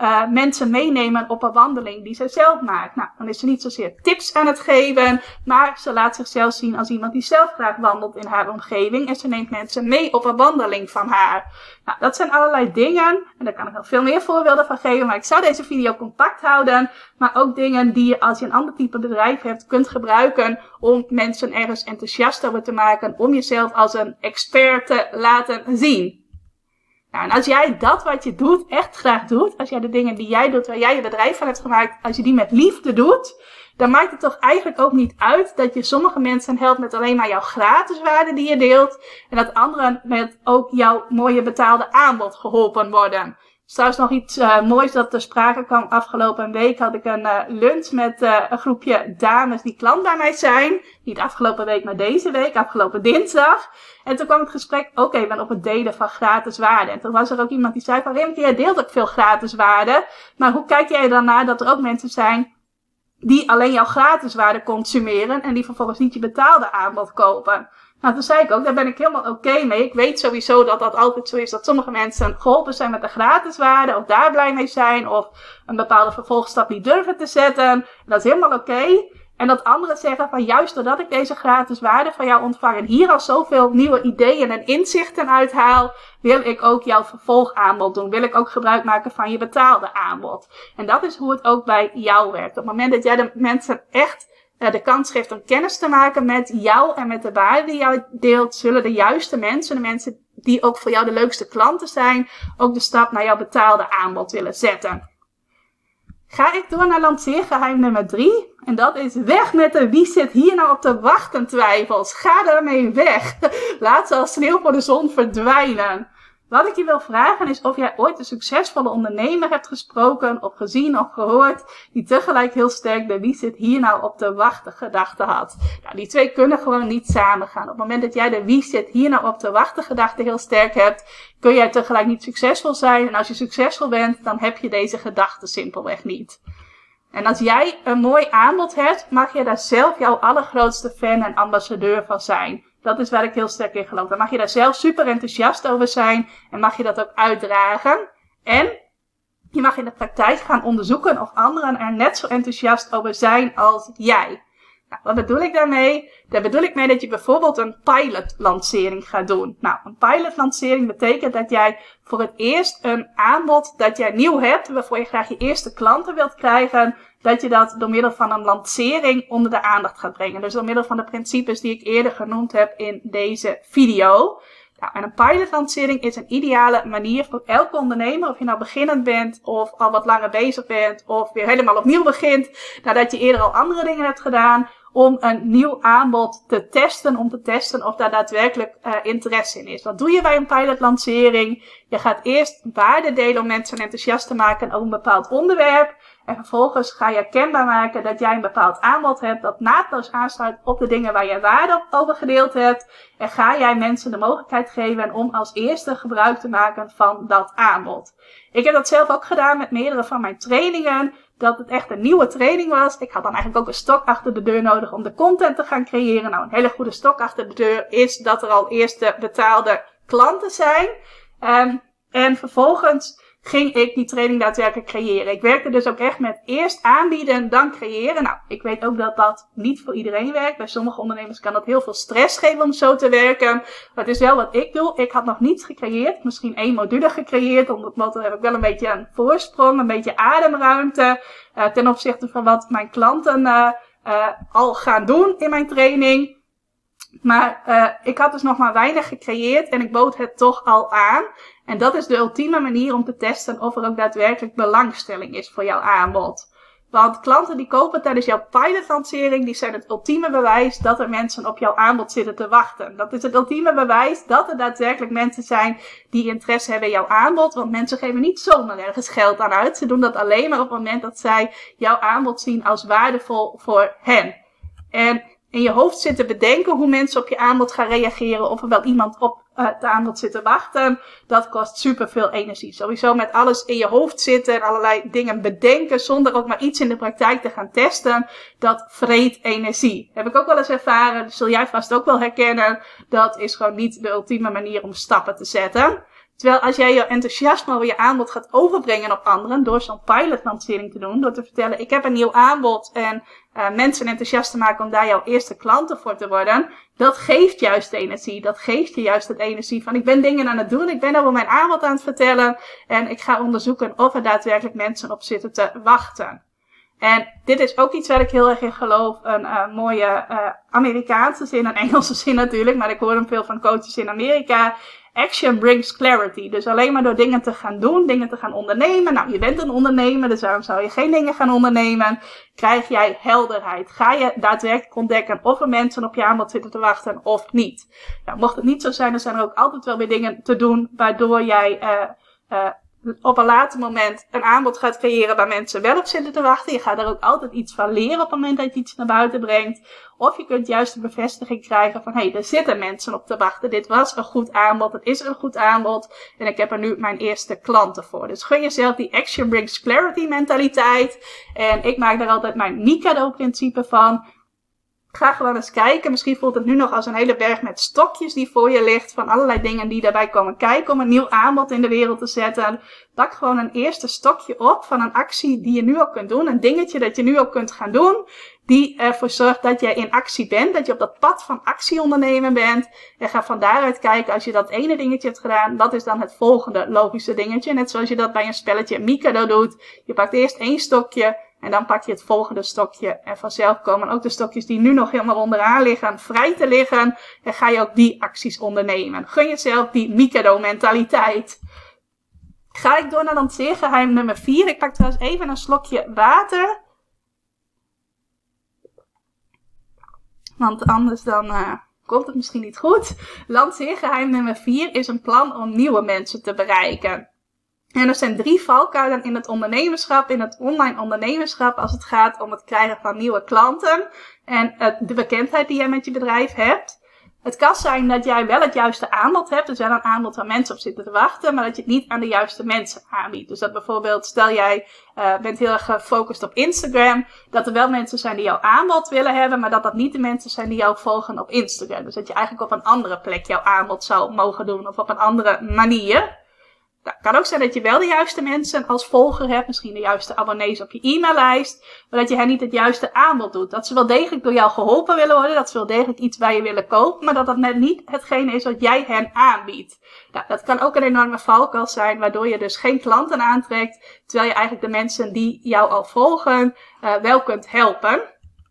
uh, mensen meenemen op een wandeling die ze zelf maakt. Nou, dan is ze niet zozeer tips aan het geven, maar ze laat zichzelf zien als iemand die zelf graag wandelt in haar omgeving. En ze neemt mensen mee op een wandeling van haar. Nou, dat zijn allerlei dingen. En daar kan ik nog veel meer voorbeelden van geven, maar ik zou deze video compact houden. Maar ook dingen die je als je een ander type bedrijf hebt kunt gebruiken om mensen ergens enthousiast over te maken, om jezelf als een expert te laten zien. Nou, en als jij dat wat je doet echt graag doet, als jij de dingen die jij doet, waar jij je bedrijf van hebt gemaakt, als je die met liefde doet, dan maakt het toch eigenlijk ook niet uit dat je sommige mensen helpt met alleen maar jouw gratis waarde die je deelt, en dat anderen met ook jouw mooie betaalde aanbod geholpen worden. Dus trouwens nog iets uh, moois dat ter sprake kwam afgelopen week. Had ik een uh, lunch met uh, een groepje dames die klant bij mij zijn. Niet afgelopen week, maar deze week, afgelopen dinsdag. En toen kwam het gesprek ook even op het delen van gratis waarde. En toen was er ook iemand die zei van, Rimke, jij deelt ook veel gratis waarde. Maar hoe kijk jij dan naar dat er ook mensen zijn die alleen jouw gratis waarde consumeren en die vervolgens niet je betaalde aanbod kopen? Nou, toen zei ik ook, daar ben ik helemaal oké okay mee. Ik weet sowieso dat dat altijd zo is, dat sommige mensen geholpen zijn met de gratiswaarde, of daar blij mee zijn, of een bepaalde vervolgstap niet durven te zetten. En dat is helemaal oké. Okay. En dat anderen zeggen van, juist doordat ik deze gratis waarde van jou ontvang en hier al zoveel nieuwe ideeën en inzichten uithaal, wil ik ook jouw vervolgaanbod doen. Wil ik ook gebruik maken van je betaalde aanbod. En dat is hoe het ook bij jou werkt. Op het moment dat jij de mensen echt de kans geeft om kennis te maken met jou en met de waarde die jou deelt, zullen de juiste mensen, de mensen die ook voor jou de leukste klanten zijn, ook de stap naar jouw betaalde aanbod willen zetten. Ga ik door naar lanceergeheim nummer drie. En dat is weg met de wie zit hier nou op te wachten twijfels. Ga daarmee weg. Laat ze als sneeuw voor de zon verdwijnen. Wat ik je wil vragen is of jij ooit een succesvolle ondernemer hebt gesproken of gezien of gehoord die tegelijk heel sterk de wie zit hier nou op te wachten gedachte had. Nou, die twee kunnen gewoon niet samengaan. Op het moment dat jij de wie zit hier nou op te wachten gedachte heel sterk hebt, kun jij tegelijk niet succesvol zijn. En als je succesvol bent, dan heb je deze gedachte simpelweg niet. En als jij een mooi aanbod hebt, mag je daar zelf jouw allergrootste fan en ambassadeur van zijn. Dat is waar ik heel sterk in geloof. Dan mag je daar zelf super enthousiast over zijn en mag je dat ook uitdragen. En je mag in de praktijk gaan onderzoeken of anderen er net zo enthousiast over zijn als jij. Nou, wat bedoel ik daarmee? Daar bedoel ik mee dat je bijvoorbeeld een pilotlancering gaat doen. Nou, een pilotlancering betekent dat jij voor het eerst een aanbod dat jij nieuw hebt, waarvoor je graag je eerste klanten wilt krijgen, dat je dat door middel van een lancering onder de aandacht gaat brengen. Dus door middel van de principes die ik eerder genoemd heb in deze video. Nou, en een pilotlancering is een ideale manier voor elke ondernemer, of je nou beginnend bent of al wat langer bezig bent of weer helemaal opnieuw begint nadat je eerder al andere dingen hebt gedaan, om een nieuw aanbod te testen, om te testen of daar daadwerkelijk uh, interesse in is. Wat doe je bij een pilotlancering? Je gaat eerst waarde delen om mensen enthousiast te maken over een bepaald onderwerp. En vervolgens ga je kenbaar maken dat jij een bepaald aanbod hebt dat naadloos aansluit op de dingen waar je waarde over gedeeld hebt. En ga jij mensen de mogelijkheid geven om als eerste gebruik te maken van dat aanbod. Ik heb dat zelf ook gedaan met meerdere van mijn trainingen. Dat het echt een nieuwe training was. Ik had dan eigenlijk ook een stok achter de deur nodig om de content te gaan creëren. Nou, een hele goede stok achter de deur is dat er al eerste betaalde klanten zijn. Um, en vervolgens ging ik die training daadwerkelijk creëren. Ik werkte dus ook echt met eerst aanbieden, dan creëren. Nou, ik weet ook dat dat niet voor iedereen werkt. Bij sommige ondernemers kan dat heel veel stress geven om zo te werken. Maar het is wel wat ik doe. Ik had nog niets gecreëerd. Misschien één module gecreëerd. Onder het motto heb ik wel een beetje een voorsprong, een beetje ademruimte. Uh, ten opzichte van wat mijn klanten uh, uh, al gaan doen in mijn training. Maar uh, ik had dus nog maar weinig gecreëerd en ik bood het toch al aan. En dat is de ultieme manier om te testen of er ook daadwerkelijk belangstelling is voor jouw aanbod. Want klanten die kopen tijdens jouw pilotlancering, die zijn het ultieme bewijs dat er mensen op jouw aanbod zitten te wachten. Dat is het ultieme bewijs dat er daadwerkelijk mensen zijn die interesse hebben in jouw aanbod. Want mensen geven niet zomaar ergens geld aan uit. Ze doen dat alleen maar op het moment dat zij jouw aanbod zien als waardevol voor hen. En in je hoofd zitten bedenken hoe mensen op je aanbod gaan reageren, of er wel iemand op uh, het aanbod zit te wachten, dat kost superveel energie. Sowieso met alles in je hoofd zitten en allerlei dingen bedenken zonder ook maar iets in de praktijk te gaan testen, dat vreet energie. Heb ik ook wel eens ervaren, dat zul jij vast ook wel herkennen. Dat is gewoon niet de ultieme manier om stappen te zetten. Terwijl als jij je enthousiasme over je aanbod gaat overbrengen op anderen, door zo'n pilotlancering te doen, door te vertellen, ik heb een nieuw aanbod en uh, mensen enthousiast te maken om daar jouw eerste klanten voor te worden, dat geeft juist energie. Dat geeft je juist het energie van, ik ben dingen aan het doen, ik ben over mijn aanbod aan het vertellen en ik ga onderzoeken of er daadwerkelijk mensen op zitten te wachten. En dit is ook iets waar ik heel erg in geloof. Een uh, mooie uh, Amerikaanse zin, een Engelse zin natuurlijk, maar ik hoor hem veel van coaches in Amerika. Action brings clarity. Dus alleen maar door dingen te gaan doen, dingen te gaan ondernemen. Nou, je bent een ondernemer, dus waarom zou je geen dingen gaan ondernemen? Krijg jij helderheid? Ga je daadwerkelijk ontdekken of er mensen op je aanbod zitten te wachten of niet? Nou, mocht het niet zo zijn, dan zijn er ook altijd wel weer dingen te doen waardoor jij uh, uh, op een later moment een aanbod gaat creëren waar mensen wel op zitten te wachten. Je gaat er ook altijd iets van leren op het moment dat je iets naar buiten brengt. Of je kunt juist de bevestiging krijgen van, hé, hey, er zitten mensen op te wachten. Dit was een goed aanbod, het is een goed aanbod. En ik heb er nu mijn eerste klanten voor. Dus gun jezelf die action brings clarity mentaliteit. En ik maak daar altijd mijn Mikado-principe van. Ga gewoon eens kijken. Misschien voelt het nu nog als een hele berg met stokjes die voor je ligt. Van allerlei dingen die daarbij komen kijken om een nieuw aanbod in de wereld te zetten. Pak gewoon een eerste stokje op van een actie die je nu al kunt doen. Een dingetje dat je nu al kunt gaan doen. Die ervoor zorgt dat je in actie bent. Dat je op dat pad van actie ondernemen bent. En ga van daaruit kijken, als je dat ene dingetje hebt gedaan, wat is dan het volgende logische dingetje. Net zoals je dat bij een spelletje Mikado doet. Je pakt eerst één stokje. En dan pak je het volgende stokje. En vanzelf komen ook de stokjes die nu nog helemaal onderaan liggen vrij te liggen. En ga je ook die acties ondernemen. Gun jezelf die Mikado-mentaliteit. Ga ik door naar lanceergeheim nummer vier. Ik pak trouwens even een slokje water. Want anders dan uh, komt het misschien niet goed. Lanceergeheim nummer vier is een plan om nieuwe mensen te bereiken. En er zijn drie valkuilen in het ondernemerschap, in het online ondernemerschap, als het gaat om het krijgen van nieuwe klanten en uh, de bekendheid die jij met je bedrijf hebt. Het kan zijn dat jij wel het juiste aanbod hebt, dus wel een aanbod waar mensen op zitten te wachten, maar dat je het niet aan de juiste mensen aanbiedt. Dus dat bijvoorbeeld, stel jij uh, bent heel erg gefocust op Instagram, dat er wel mensen zijn die jouw aanbod willen hebben, maar dat dat niet de mensen zijn die jou volgen op Instagram. Dus dat je eigenlijk op een andere plek jouw aanbod zou mogen doen of op een andere manier. Nou, het kan ook zijn dat je wel de juiste mensen als volger hebt, misschien de juiste abonnees op je e-maillijst, maar dat je hen niet het juiste aanbod doet. Dat ze wel degelijk door jou geholpen willen worden, dat ze wel degelijk iets bij je willen kopen, maar dat dat net niet hetgene is wat jij hen aanbiedt. Nou, dat kan ook een enorme valkuil zijn, waardoor je dus geen klanten aantrekt, terwijl je eigenlijk de mensen die jou al volgen uh, wel kunt helpen.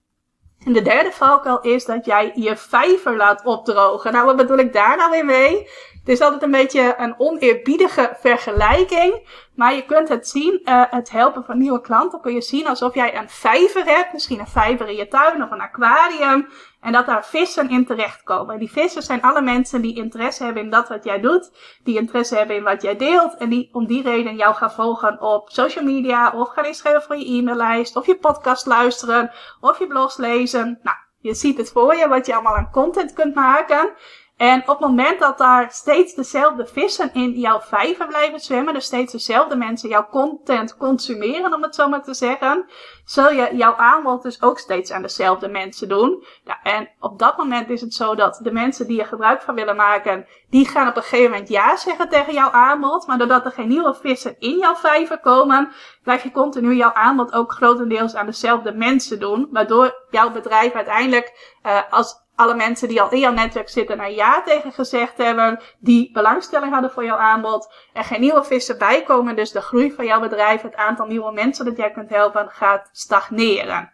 En de derde valkuil is dat jij je vijver laat opdrogen. Nou, wat bedoel ik daar nou weer mee? Het is altijd een beetje een oneerbiedige vergelijking. Maar je kunt het zien, uh, het helpen van nieuwe klanten kun je zien alsof jij een vijver hebt. Misschien een vijver in je tuin of een aquarium. En dat daar vissen in terechtkomen. En die vissen zijn alle mensen die interesse hebben in dat wat jij doet. Die interesse hebben in wat jij deelt. En die om die reden jou gaan volgen op social media. Of gaan inschrijven voor je e-maillijst. Of je podcast luisteren. Of je blogs lezen. Nou, je ziet het voor je wat je allemaal aan content kunt maken. En op het moment dat daar steeds dezelfde vissen in jouw vijver blijven zwemmen, dus steeds dezelfde mensen jouw content consumeren, om het zo maar te zeggen, zul je jouw aanbod dus ook steeds aan dezelfde mensen doen. Ja, en op dat moment is het zo dat de mensen die er gebruik van willen maken, die gaan op een gegeven moment ja zeggen tegen jouw aanbod. Maar doordat er geen nieuwe vissen in jouw vijver komen, blijf je continu jouw aanbod ook grotendeels aan dezelfde mensen doen. Waardoor jouw bedrijf uiteindelijk, uh, als alle mensen die al in jouw netwerk zitten er ja tegen gezegd hebben, die belangstelling hadden voor jouw aanbod, er geen nieuwe vissen bij komen, dus de groei van jouw bedrijf, het aantal nieuwe mensen dat jij kunt helpen, gaat stagneren.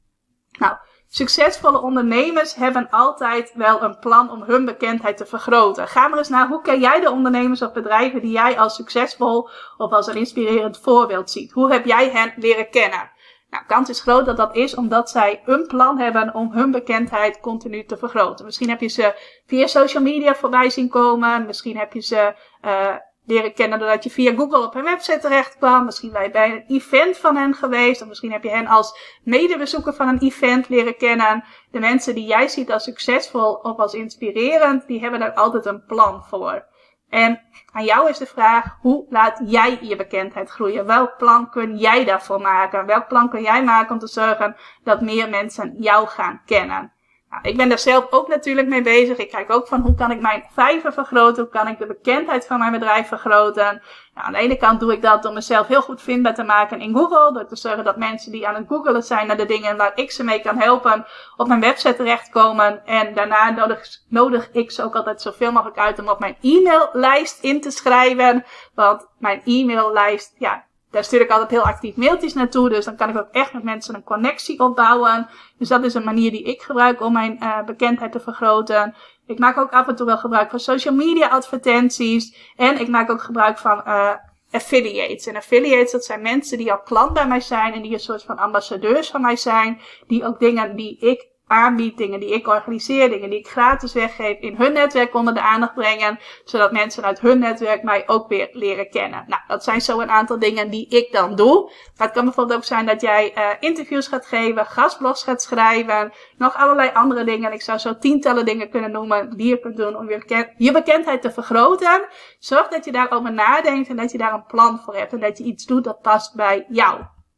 Nou, succesvolle ondernemers hebben altijd wel een plan om hun bekendheid te vergroten. Ga maar eens naar, hoe ken jij de ondernemers of bedrijven die jij als succesvol of als een inspirerend voorbeeld ziet? Hoe heb jij hen leren kennen? Nou, kans is groot dat dat is omdat zij een plan hebben om hun bekendheid continu te vergroten. Misschien heb je ze via social media voorbij zien komen. Misschien heb je ze uh, leren kennen doordat je via Google op hun website terecht kwam. Misschien ben je bij een event van hen geweest. Of misschien heb je hen als medebezoeker van een event leren kennen. De mensen die jij ziet als succesvol of als inspirerend, die hebben daar altijd een plan voor. En aan jou is de vraag, hoe laat jij je bekendheid groeien? Welk plan kun jij daarvoor maken? Welk plan kun jij maken om te zorgen dat meer mensen jou gaan kennen? Nou, ik ben daar zelf ook natuurlijk mee bezig. Ik kijk ook van hoe kan ik mijn vijver vergroten. Hoe kan ik de bekendheid van mijn bedrijf vergroten. Nou, aan de ene kant doe ik dat door mezelf heel goed vindbaar te maken in Google. Door te zorgen dat mensen die aan het googelen zijn naar de dingen waar ik ze mee kan helpen op mijn website terechtkomen. En daarna nodig, nodig ik ze ook altijd zoveel mogelijk uit om op mijn e-maillijst in te schrijven. Want mijn e-maillijst, ja, daar stuur ik altijd heel actief mailtjes naartoe. Dus dan kan ik ook echt met mensen een connectie opbouwen. Dus dat is een manier die ik gebruik om mijn uh, bekendheid te vergroten. Ik maak ook af en toe wel gebruik van social media advertenties. En ik maak ook gebruik van uh, affiliates. En affiliates, dat zijn mensen die al klant bij mij zijn. En die een soort van ambassadeurs van mij zijn. Die ook dingen die ik aanbied, dingen die ik organiseer, dingen die ik gratis weggeef, in hun netwerk onder de aandacht brengen, zodat mensen uit hun netwerk mij ook weer leren kennen. Nou, dat zijn zo een aantal dingen die ik dan doe. Maar het kan bijvoorbeeld ook zijn dat jij uh, interviews gaat geven, gastblogs gaat schrijven, nog allerlei andere dingen. Ik zou zo tientallen dingen kunnen noemen die je kunt doen om je, beken- je bekendheid te vergroten. Zorg dat je daarover nadenkt en dat je daar een plan voor hebt en dat je iets doet dat past bij jou.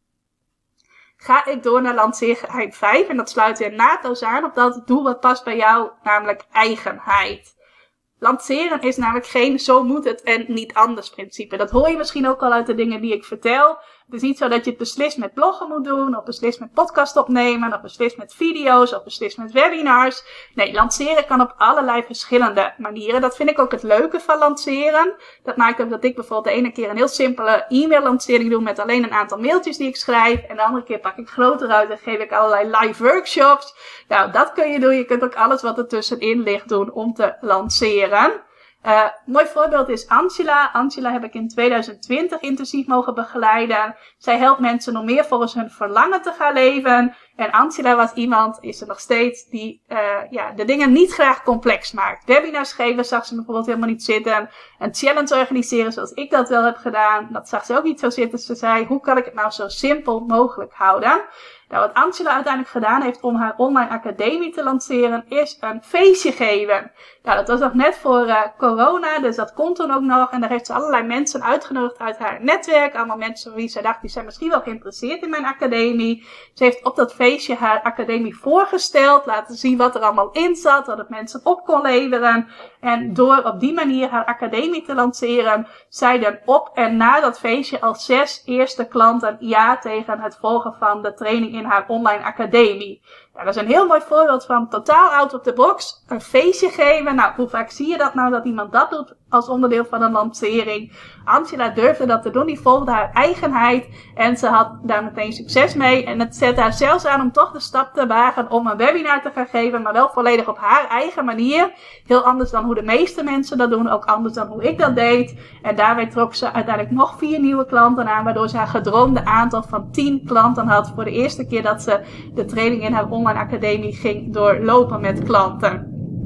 Ga ik door naar lanceergeheim vijf. En dat sluit weer naadloos aan op dat doel wat past bij jou, namelijk eigenheid. Lanceren is namelijk geen zo moet het en niet anders principe. Dat hoor je misschien ook al uit de dingen die ik vertel. Het is niet zo dat je het beslist met bloggen moet doen, of beslist met podcast opnemen, of beslist met video's, of beslist met webinars. Nee, lanceren kan op allerlei verschillende manieren. Dat vind ik ook het leuke van lanceren. Dat maakt ook dat ik bijvoorbeeld de ene keer een heel simpele e-mail lancering doe met alleen een aantal mailtjes die ik schrijf. En de andere keer pak ik groter uit en geef ik allerlei live workshops. Nou, dat kun je doen. Je kunt ook alles wat er tussenin ligt doen om te lanceren. Uh, een mooi voorbeeld is Angela. Angela heb ik in tweeduizend twintig intensief mogen begeleiden. Zij helpt mensen om meer volgens hun verlangen te gaan leven. En Angela was iemand, is er nog steeds, die uh, ja, de dingen niet graag complex maakt. Webinars geven zag ze bijvoorbeeld helemaal niet zitten. Een challenge organiseren zoals ik dat wel heb gedaan, dat zag ze ook niet zo zitten. Ze zei, hoe kan ik het nou zo simpel mogelijk houden? Nou, wat Angela uiteindelijk gedaan heeft om haar online academie te lanceren, is een feestje geven. Nou, dat was nog net voor uh, corona, dus dat kon toen ook nog. En daar heeft ze allerlei mensen uitgenodigd uit haar netwerk. Allemaal mensen van wie zij dacht, die zijn misschien wel geïnteresseerd in mijn academie. Ze heeft op dat feestje haar academie voorgesteld, laten zien wat er allemaal in zat, wat het mensen op kon leveren. En door op die manier haar academie te lanceren, zeiden op en na dat feestje al zes eerste klanten ja tegen het volgen van de training in haar online academie. Nou, dat is een heel mooi voorbeeld van totaal out of the box. Een feestje geven. Nou, hoe vaak zie je dat nou dat iemand dat doet als onderdeel van een lancering? Angela durfde dat te doen. Die volgde haar eigenheid. En ze had daar meteen succes mee. En het zet haar zelfs aan om toch de stap te wagen om een webinar te gaan geven. Maar wel volledig op haar eigen manier. Heel anders dan hoe de meeste mensen dat doen. Ook anders dan hoe ik dat deed. En daarmee trok ze uiteindelijk nog vier nieuwe klanten aan. Waardoor ze haar gedroomde aantal van tien klanten had. Voor de eerste keer dat ze de training in haar online academie ging doorlopen met klanten.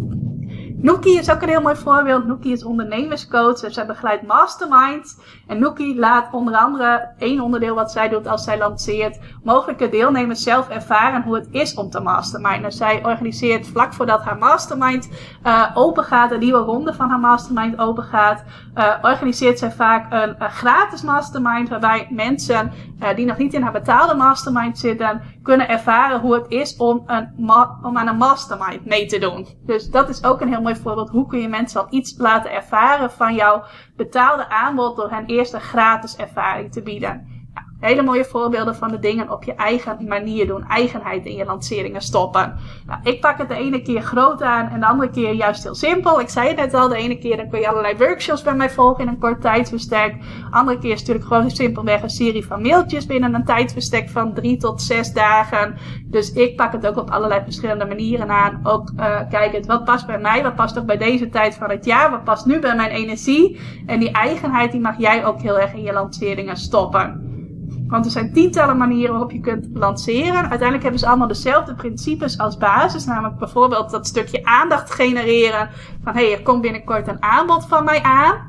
Nookie is ook een heel mooi voorbeeld. Nookie is ondernemerscoach en zij begeleidt masterminds. En Nookie laat onder andere, één onderdeel wat zij doet als zij lanceert, mogelijke deelnemers zelf ervaren hoe het is om te masterminden. Zij organiseert vlak voordat haar mastermind uh, open gaat, een nieuwe ronde van haar mastermind open gaat, uh, organiseert zij vaak een, een gratis mastermind waarbij mensen uh, die nog niet in haar betaalde mastermind zitten, kunnen ervaren hoe het is om, een ma- om aan een mastermind mee te doen. Dus dat is ook een heel mooi voorbeeld. Hoe kun je mensen al iets laten ervaren van jouw betaalde aanbod door hen eerst een gratis ervaring te bieden. Nou, hele mooie voorbeelden van de dingen op je eigen manier doen. Eigenheid in je lanceringen stoppen. Nou, ik pak het de ene keer groot aan en de andere keer juist heel simpel. Ik zei het net al, de ene keer dan kun je allerlei workshops bij mij volgen in een kort tijdsbestek. De andere keer stuur ik gewoon simpelweg een serie van mailtjes binnen een tijdsbestek van drie tot zes dagen. Dus ik pak het ook op allerlei verschillende manieren aan. Ook uh, kijkend wat past bij mij, wat past ook bij deze tijd van het jaar, wat past nu bij mijn energie. En die eigenheid die mag jij ook heel erg in je lanceringen stoppen. Want er zijn tientallen manieren waarop je kunt lanceren. Uiteindelijk hebben ze allemaal dezelfde principes als basis. Namelijk bijvoorbeeld dat stukje aandacht genereren. Van hé, hey, er komt binnenkort een aanbod van mij aan.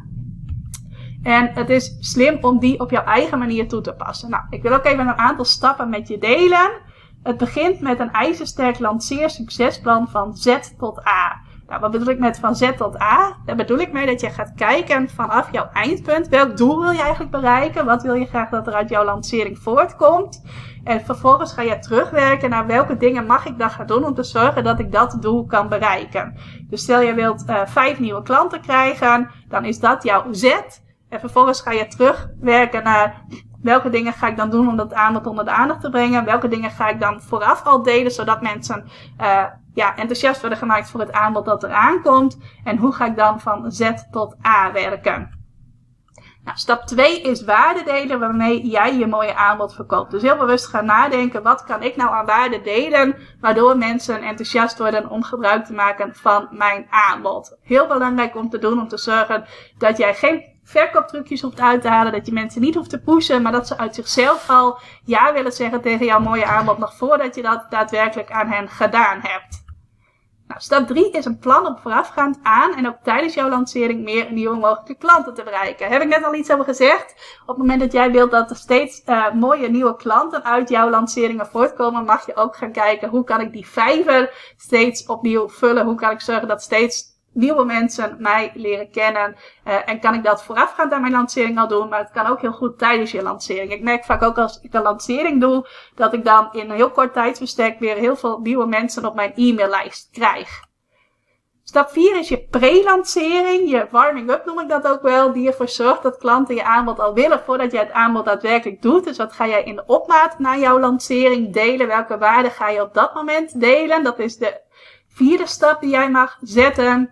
En het is slim om die op jouw eigen manier toe te passen. Nou, ik wil ook even een aantal stappen met je delen. Het begint met een ijzersterk lanceersuccesplan van Z tot A. Nou, wat bedoel ik met van Z tot A? Daar bedoel ik mee dat je gaat kijken vanaf jouw eindpunt. Welk doel wil je eigenlijk bereiken? Wat wil je graag dat er uit jouw lancering voortkomt? En vervolgens ga je terugwerken naar welke dingen mag ik dan gaan doen om te zorgen dat ik dat doel kan bereiken. Dus stel je wilt uh, vijf nieuwe klanten krijgen, dan is dat jouw Z. En vervolgens ga je terugwerken naar welke dingen ga ik dan doen om dat aanbod onder de aandacht te brengen. Welke dingen ga ik dan vooraf al delen, zodat mensen uh, ja, enthousiast worden gemaakt voor het aanbod dat er aankomt. En hoe ga ik dan van Z tot A werken. Nou, stap twee is waarde delen waarmee jij je mooie aanbod verkoopt. Dus heel bewust gaan nadenken, wat kan ik nou aan waarde delen, waardoor mensen enthousiast worden om gebruik te maken van mijn aanbod. Heel belangrijk om te doen, om te zorgen dat jij geen verkooptrucjes hoeft uit te halen, dat je mensen niet hoeft te pushen, maar dat ze uit zichzelf al ja willen zeggen tegen jouw mooie aanbod, nog voordat je dat daadwerkelijk aan hen gedaan hebt. Nou, stap drie is een plan om voorafgaand aan en ook tijdens jouw lancering meer nieuwe mogelijke klanten te bereiken. Heb ik net al iets over gezegd? Op het moment dat jij wilt dat er steeds uh, mooie nieuwe klanten uit jouw lanceringen voortkomen, mag je ook gaan kijken hoe kan ik die vijver steeds opnieuw vullen. Hoe kan ik zorgen dat steeds nieuwe mensen mij leren kennen. Uh, en kan ik dat voorafgaand aan mijn lancering al doen. Maar het kan ook heel goed tijdens je lancering. Ik merk vaak ook als ik een lancering doe, dat ik dan in een heel kort tijdsbestek weer heel veel nieuwe mensen op mijn e-maillijst krijg. Stap vier is je pre-lancering. Je warming-up noem ik dat ook wel. Die ervoor zorgt dat klanten je aanbod al willen voordat je het aanbod daadwerkelijk doet. Dus wat ga jij in de opmaat naar jouw lancering delen? Welke waarden ga je op dat moment delen? Dat is de vierde stap die jij mag zetten.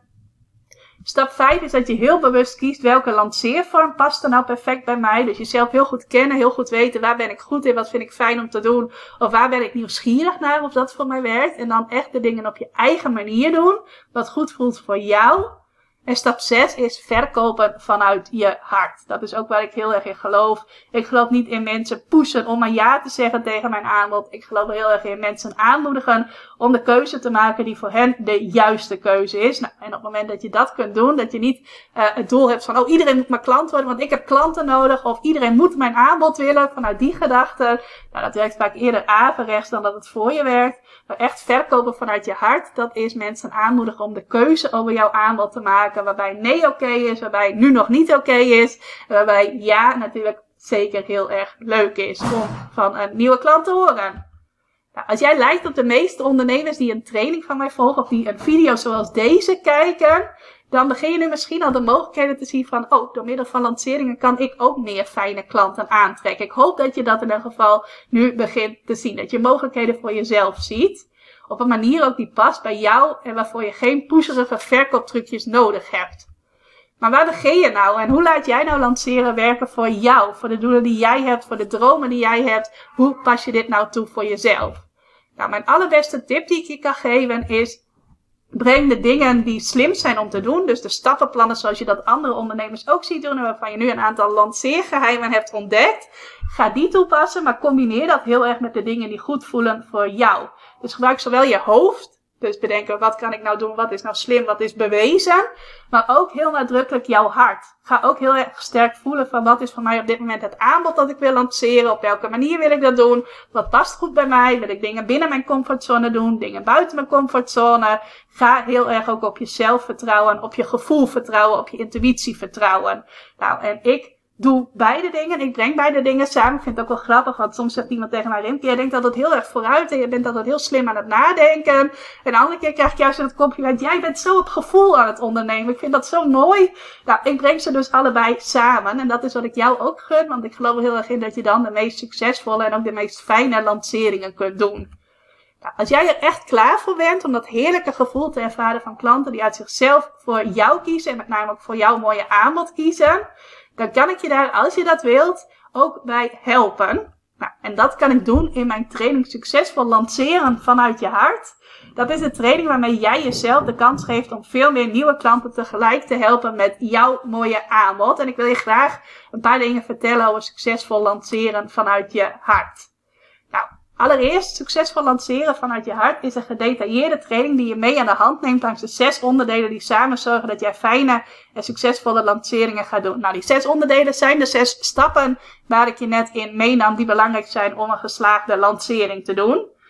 Stap vijf is dat je heel bewust kiest welke lanceervorm past er nou perfect bij mij. Dus jezelf heel goed kennen, heel goed weten waar ben ik goed in, wat vind ik fijn om te doen. Of waar ben ik nieuwsgierig naar of dat voor mij werkt. En dan echt de dingen op je eigen manier doen, wat goed voelt voor jou. En stap zes is verkopen vanuit je hart. Dat is ook waar ik heel erg in geloof. Ik geloof niet in mensen pushen om maar ja te zeggen tegen mijn aanbod. Ik geloof heel erg in mensen aanmoedigen om de keuze te maken die voor hen de juiste keuze is. Nou, en op het moment dat je dat kunt doen, dat je niet uh, het doel hebt van, oh, iedereen moet mijn klant worden, want ik heb klanten nodig. Of iedereen moet mijn aanbod willen, vanuit die gedachte. Nou, dat werkt vaak eerder averechts dan dat het voor je werkt. Maar echt verkopen vanuit je hart, dat is mensen aanmoedigen om de keuze over jouw aanbod te maken. Waarbij nee oké okay is, waarbij nu nog niet oké okay is. Waarbij ja natuurlijk zeker heel erg leuk is om van een nieuwe klant te horen. Nou, als jij lijkt op de meeste ondernemers die een training van mij volgen of die een video zoals deze kijken, dan begin je nu misschien al de mogelijkheden te zien van, oh, door middel van lanceringen kan ik ook meer fijne klanten aantrekken. Ik hoop dat je dat in ieder geval nu begint te zien. Dat je mogelijkheden voor jezelf ziet. Op een manier ook die past bij jou en waarvoor je geen pusherige verkooptrucjes nodig hebt. Maar waar begin je nou en hoe laat jij nou lanceren werken voor jou? Voor de doelen die jij hebt, voor de dromen die jij hebt. Hoe pas je dit nou toe voor jezelf? Nou, mijn allerbeste tip die ik je kan geven is, breng de dingen die slim zijn om te doen. Dus de stappenplannen zoals je dat andere ondernemers ook ziet doen. En waarvan je nu een aantal lanceergeheimen hebt ontdekt. Ga die toepassen, maar combineer dat heel erg met de dingen die goed voelen voor jou. Dus gebruik zowel je hoofd. Dus bedenken, wat kan ik nou doen? Wat is nou slim? Wat is bewezen? Maar ook heel nadrukkelijk jouw hart. Ga ook heel erg sterk voelen van wat is voor mij op dit moment het aanbod dat ik wil lanceren. Op welke manier wil ik dat doen? Wat past goed bij mij? Wil ik dingen binnen mijn comfortzone doen? Dingen buiten mijn comfortzone? Ga heel erg ook op jezelf vertrouwen. Op je gevoel vertrouwen. Op je intuïtie vertrouwen. Nou, en ik doe beide dingen. Ik breng beide dingen samen. Ik vind het ook wel grappig, want soms zegt iemand tegen mij, Rimke, jij denkt altijd heel erg vooruit en je bent altijd heel slim aan het nadenken. En de andere keer krijg ik juist het compliment, jij bent zo op gevoel aan het ondernemen. Ik vind dat zo mooi. Nou, ik breng ze dus allebei samen. En dat is wat ik jou ook gun, want ik geloof er heel erg in dat je dan de meest succesvolle en ook de meest fijne lanceringen kunt doen. Nou, als jij er echt klaar voor bent om dat heerlijke gevoel te ervaren van klanten die uit zichzelf voor jou kiezen en met name ook voor jouw mooie aanbod kiezen, dan kan ik je daar, als je dat wilt, ook bij helpen. Nou, en dat kan ik doen in mijn training Succesvol Lanceren vanuit je hart. Dat is de training waarmee jij jezelf de kans geeft om veel meer nieuwe klanten tegelijk te helpen met jouw mooie aanbod. En ik wil je graag een paar dingen vertellen over succesvol lanceren vanuit je hart. Nou, allereerst, succesvol lanceren vanuit je hart is een gedetailleerde training die je mee aan de hand neemt langs de zes onderdelen die samen zorgen dat jij fijne en succesvolle lanceringen gaat doen. Nou, die zes onderdelen zijn de zes stappen waar ik je net in meenam die belangrijk zijn om een geslaagde lancering te doen.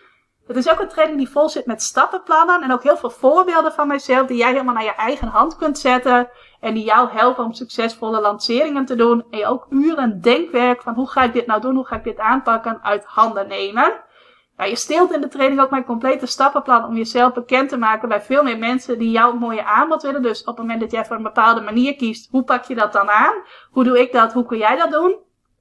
Het is ook een training die vol zit met stappenplannen en ook heel veel voorbeelden van mijzelf die jij helemaal naar je eigen hand kunt zetten en die jou helpen om succesvolle lanceringen te doen. En je ook uren denkwerk van hoe ga ik dit nou doen, hoe ga ik dit aanpakken uit handen nemen. Nou, je steelt in de training ook mijn complete stappenplan om jezelf bekend te maken bij veel meer mensen die jouw mooie aanbod willen. Dus op het moment dat jij voor een bepaalde manier kiest, hoe pak je dat dan aan? Hoe doe ik dat? Hoe kun jij dat doen?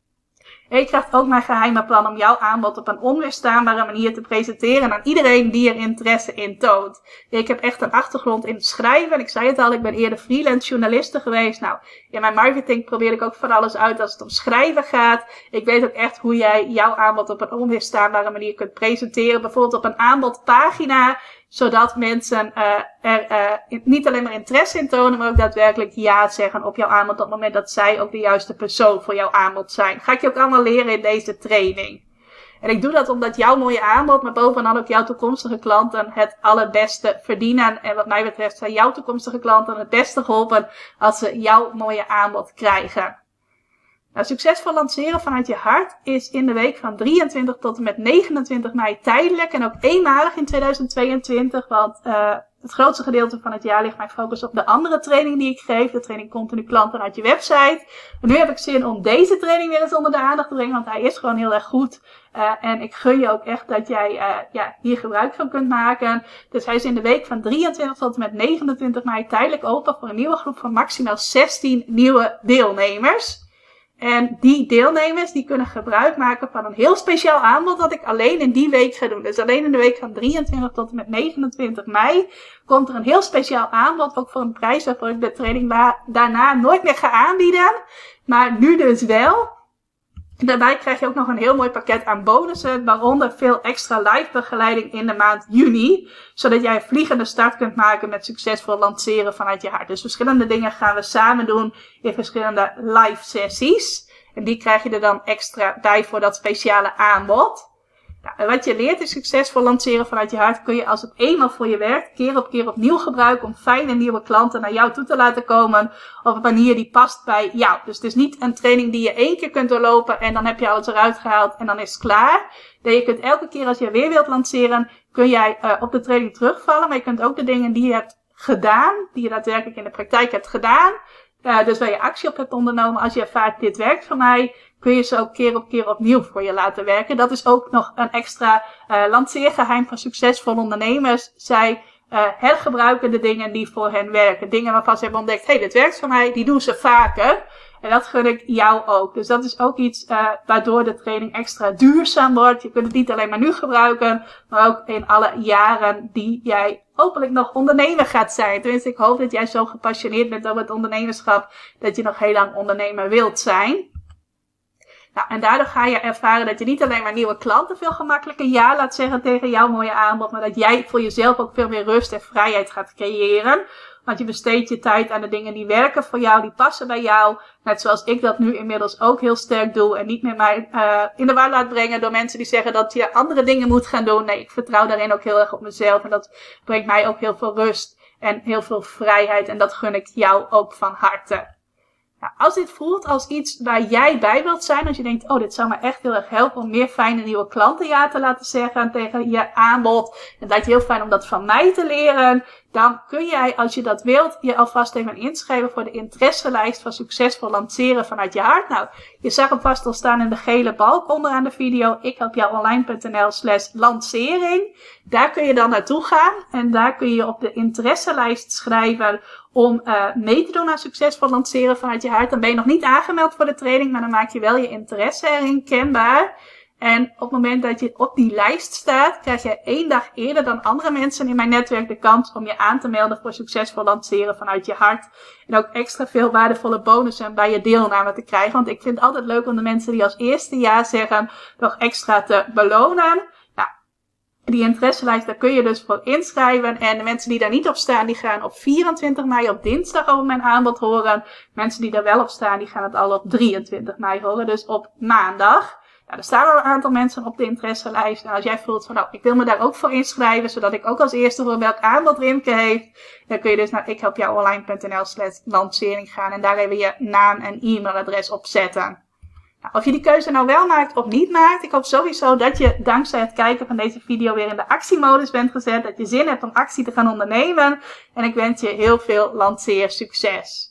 En je krijgt ook mijn geheime plan om jouw aanbod op een onweerstaanbare manier te presenteren aan iedereen die er interesse in toont. Ik heb echt een achtergrond in het schrijven. Ik zei het al, ik ben eerder freelance journaliste geweest. Nou, in mijn marketing probeer ik ook van alles uit als het om schrijven gaat. Ik weet ook echt hoe jij jouw aanbod op een onweerstaanbare manier kunt presenteren. Bijvoorbeeld op een aanbodpagina, zodat mensen uh, er uh, niet alleen maar interesse in tonen, maar ook daadwerkelijk ja zeggen op jouw aanbod op het moment dat zij ook de juiste persoon voor jouw aanbod zijn. Ga ik je ook allemaal leren in deze training. En ik doe dat omdat jouw mooie aanbod, maar bovenal ook jouw toekomstige klanten het allerbeste verdienen. En wat mij betreft zijn jouw toekomstige klanten het beste geholpen als ze jouw mooie aanbod krijgen. Nou, succesvol lanceren vanuit je hart is in de week van drieëntwintig tot en met negenentwintig mei tijdelijk en ook eenmalig in tweeduizend tweeëntwintig. Want uh, het grootste gedeelte van het jaar ligt mijn focus op de andere training die ik geef. De training Continu Klanten uit je website. En nu heb ik zin om deze training weer eens onder de aandacht te brengen, want hij is gewoon heel erg goed. Uh, en ik gun je ook echt dat jij uh, ja, hier gebruik van kunt maken. Dus hij is in de week van drieëntwintig tot en met negenentwintig mei tijdelijk open voor een nieuwe groep van maximaal zestien nieuwe deelnemers. En die deelnemers die kunnen gebruik maken van een heel speciaal aanbod dat ik alleen in die week ga doen. Dus alleen in de week van drieëntwintig tot en met negenentwintig mei komt er een heel speciaal aanbod. Ook voor een prijs waarvoor ik de training da- daarna nooit meer ga aanbieden. Maar nu dus wel. Daarbij krijg je ook nog een heel mooi pakket aan bonussen, waaronder veel extra live begeleiding in de maand juni, zodat jij een vliegende start kunt maken met succesvol lanceren vanuit je hart. Dus verschillende dingen gaan we samen doen in verschillende live sessies. En die krijg je er dan extra bij voor dat speciale aanbod. Nou, en wat je leert in succesvol lanceren vanuit je hart kun je als het eenmaal voor je werkt, keer op keer opnieuw gebruiken om fijne nieuwe klanten naar jou toe te laten komen op een manier die past bij jou. Dus het is niet een training die je één keer kunt doorlopen en dan heb je alles eruit gehaald en dan is het klaar. Nee, je kunt elke keer als je weer wilt lanceren, kun jij uh, op de training terugvallen, maar je kunt ook de dingen die je hebt gedaan, die je daadwerkelijk in de praktijk hebt gedaan, uh, dus waar je actie op hebt ondernomen, als je ervaart dit werkt voor mij, kun je ze ook keer op keer opnieuw voor je laten werken. Dat is ook nog een extra uh, lanceergeheim van succesvolle ondernemers. Zij uh, hergebruiken de dingen die voor hen werken. Dingen waarvan ze hebben ontdekt, hé, hey, dit werkt voor mij, die doen ze vaker. En dat gun ik jou ook. Dus dat is ook iets uh, waardoor de training extra duurzaam wordt. Je kunt het niet alleen maar nu gebruiken, maar ook in alle jaren die jij hopelijk nog ondernemer gaat zijn. Tenminste, ik hoop dat jij zo gepassioneerd bent over het ondernemerschap, dat je nog heel lang ondernemer wilt zijn. Nou, en daardoor ga je ervaren dat je niet alleen maar nieuwe klanten veel gemakkelijker ja laat zeggen tegen jouw mooie aanbod, maar dat jij voor jezelf ook veel meer rust en vrijheid gaat creëren. Want je besteedt je tijd aan de dingen die werken voor jou, die passen bij jou. Net zoals ik dat nu inmiddels ook heel sterk doe en niet meer mij uh, in de war laat brengen door mensen die zeggen dat je andere dingen moet gaan doen. Nee, ik vertrouw daarin ook heel erg op mezelf en dat brengt mij ook heel veel rust en heel veel vrijheid en dat gun ik jou ook van harte. Nou, als dit voelt als iets waar jij bij wilt zijn, als je denkt, oh, dit zou me echt heel erg helpen om meer fijne nieuwe klanten ja te laten zeggen tegen je aanbod. Het lijkt heel fijn om dat van mij te leren. Dan kun jij, als je dat wilt, je alvast even inschrijven voor de interesselijst van succesvol lanceren vanuit je hart. Nou, je zag hem vast al staan in de gele balk onderaan de video. ik help jou online punt n l slash lancering. Daar kun je dan naartoe gaan en daar kun je op de interesselijst schrijven om uh, mee te doen aan succesvol lanceren vanuit je hart. Dan ben je nog niet aangemeld voor de training, maar dan maak je wel je interesse erin kenbaar. En op het moment dat je op die lijst staat, krijg je één dag eerder dan andere mensen in mijn netwerk de kans om je aan te melden voor succesvol lanceren vanuit je hart. En ook extra veel waardevolle bonussen bij je deelname te krijgen. Want ik vind het altijd leuk om de mensen die als eerste ja zeggen nog extra te belonen. Nou, die interesselijst, daar kun je dus voor inschrijven. En de mensen die daar niet op staan, die gaan op vierentwintig mei op dinsdag over mijn aanbod horen. Mensen die daar wel op staan, die gaan het al op drieëntwintig mei horen. Dus op maandag. Nou, er staan al een aantal mensen op de interesselijst. En als jij voelt van, nou, ik wil me daar ook voor inschrijven, zodat ik ook als eerste hoor welk aanbod Rimke heeft, dan kun je dus naar ik help jou online punt n l slash lancering gaan en daar even je naam en e-mailadres op zetten. Nou, of je die keuze nou wel maakt of niet maakt, ik hoop sowieso dat je dankzij het kijken van deze video weer in de actiemodus bent gezet. Dat je zin hebt om actie te gaan ondernemen. En ik wens je heel veel lanceersucces.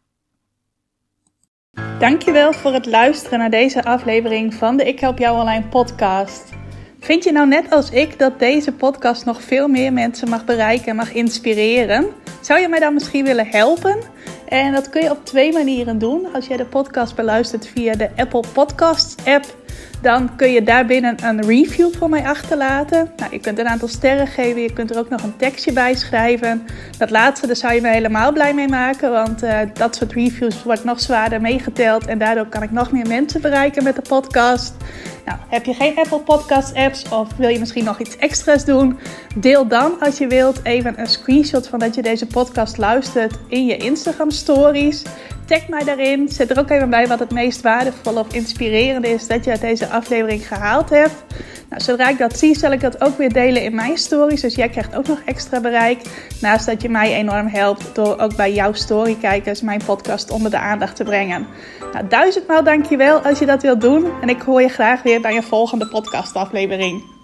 Dankjewel voor het luisteren naar deze aflevering van de Ik Help Jou Online podcast. Vind je nou net als ik dat deze podcast nog veel meer mensen mag bereiken en mag inspireren? Zou je mij dan misschien willen helpen? En dat kun je op twee manieren doen. Als jij de podcast beluistert via de Apple Podcasts app, dan kun je daarbinnen een review voor mij achterlaten. Nou, je kunt een aantal sterren geven, je kunt er ook nog een tekstje bij schrijven. Dat laatste, daar zou je me helemaal blij mee maken, want uh, dat soort reviews wordt nog zwaarder meegeteld en daardoor kan ik nog meer mensen bereiken met de podcast. Nou, heb je geen Apple Podcast apps of wil je misschien nog iets extra's doen? Deel dan, als je wilt, even een screenshot van dat je deze podcast luistert in je Instagram stories. Tag mij daarin. Zet er ook even bij wat het meest waardevol of inspirerende is dat je uit deze aflevering gehaald hebt. Nou, zodra ik dat zie, zal ik dat ook weer delen in mijn stories. Dus jij krijgt ook nog extra bereik. Naast dat je mij enorm helpt door ook bij jouw storykijkers mijn podcast onder de aandacht te brengen. Nou, duizendmaal dankjewel als je dat wilt doen. En ik hoor je graag weer bij een volgende podcastaflevering.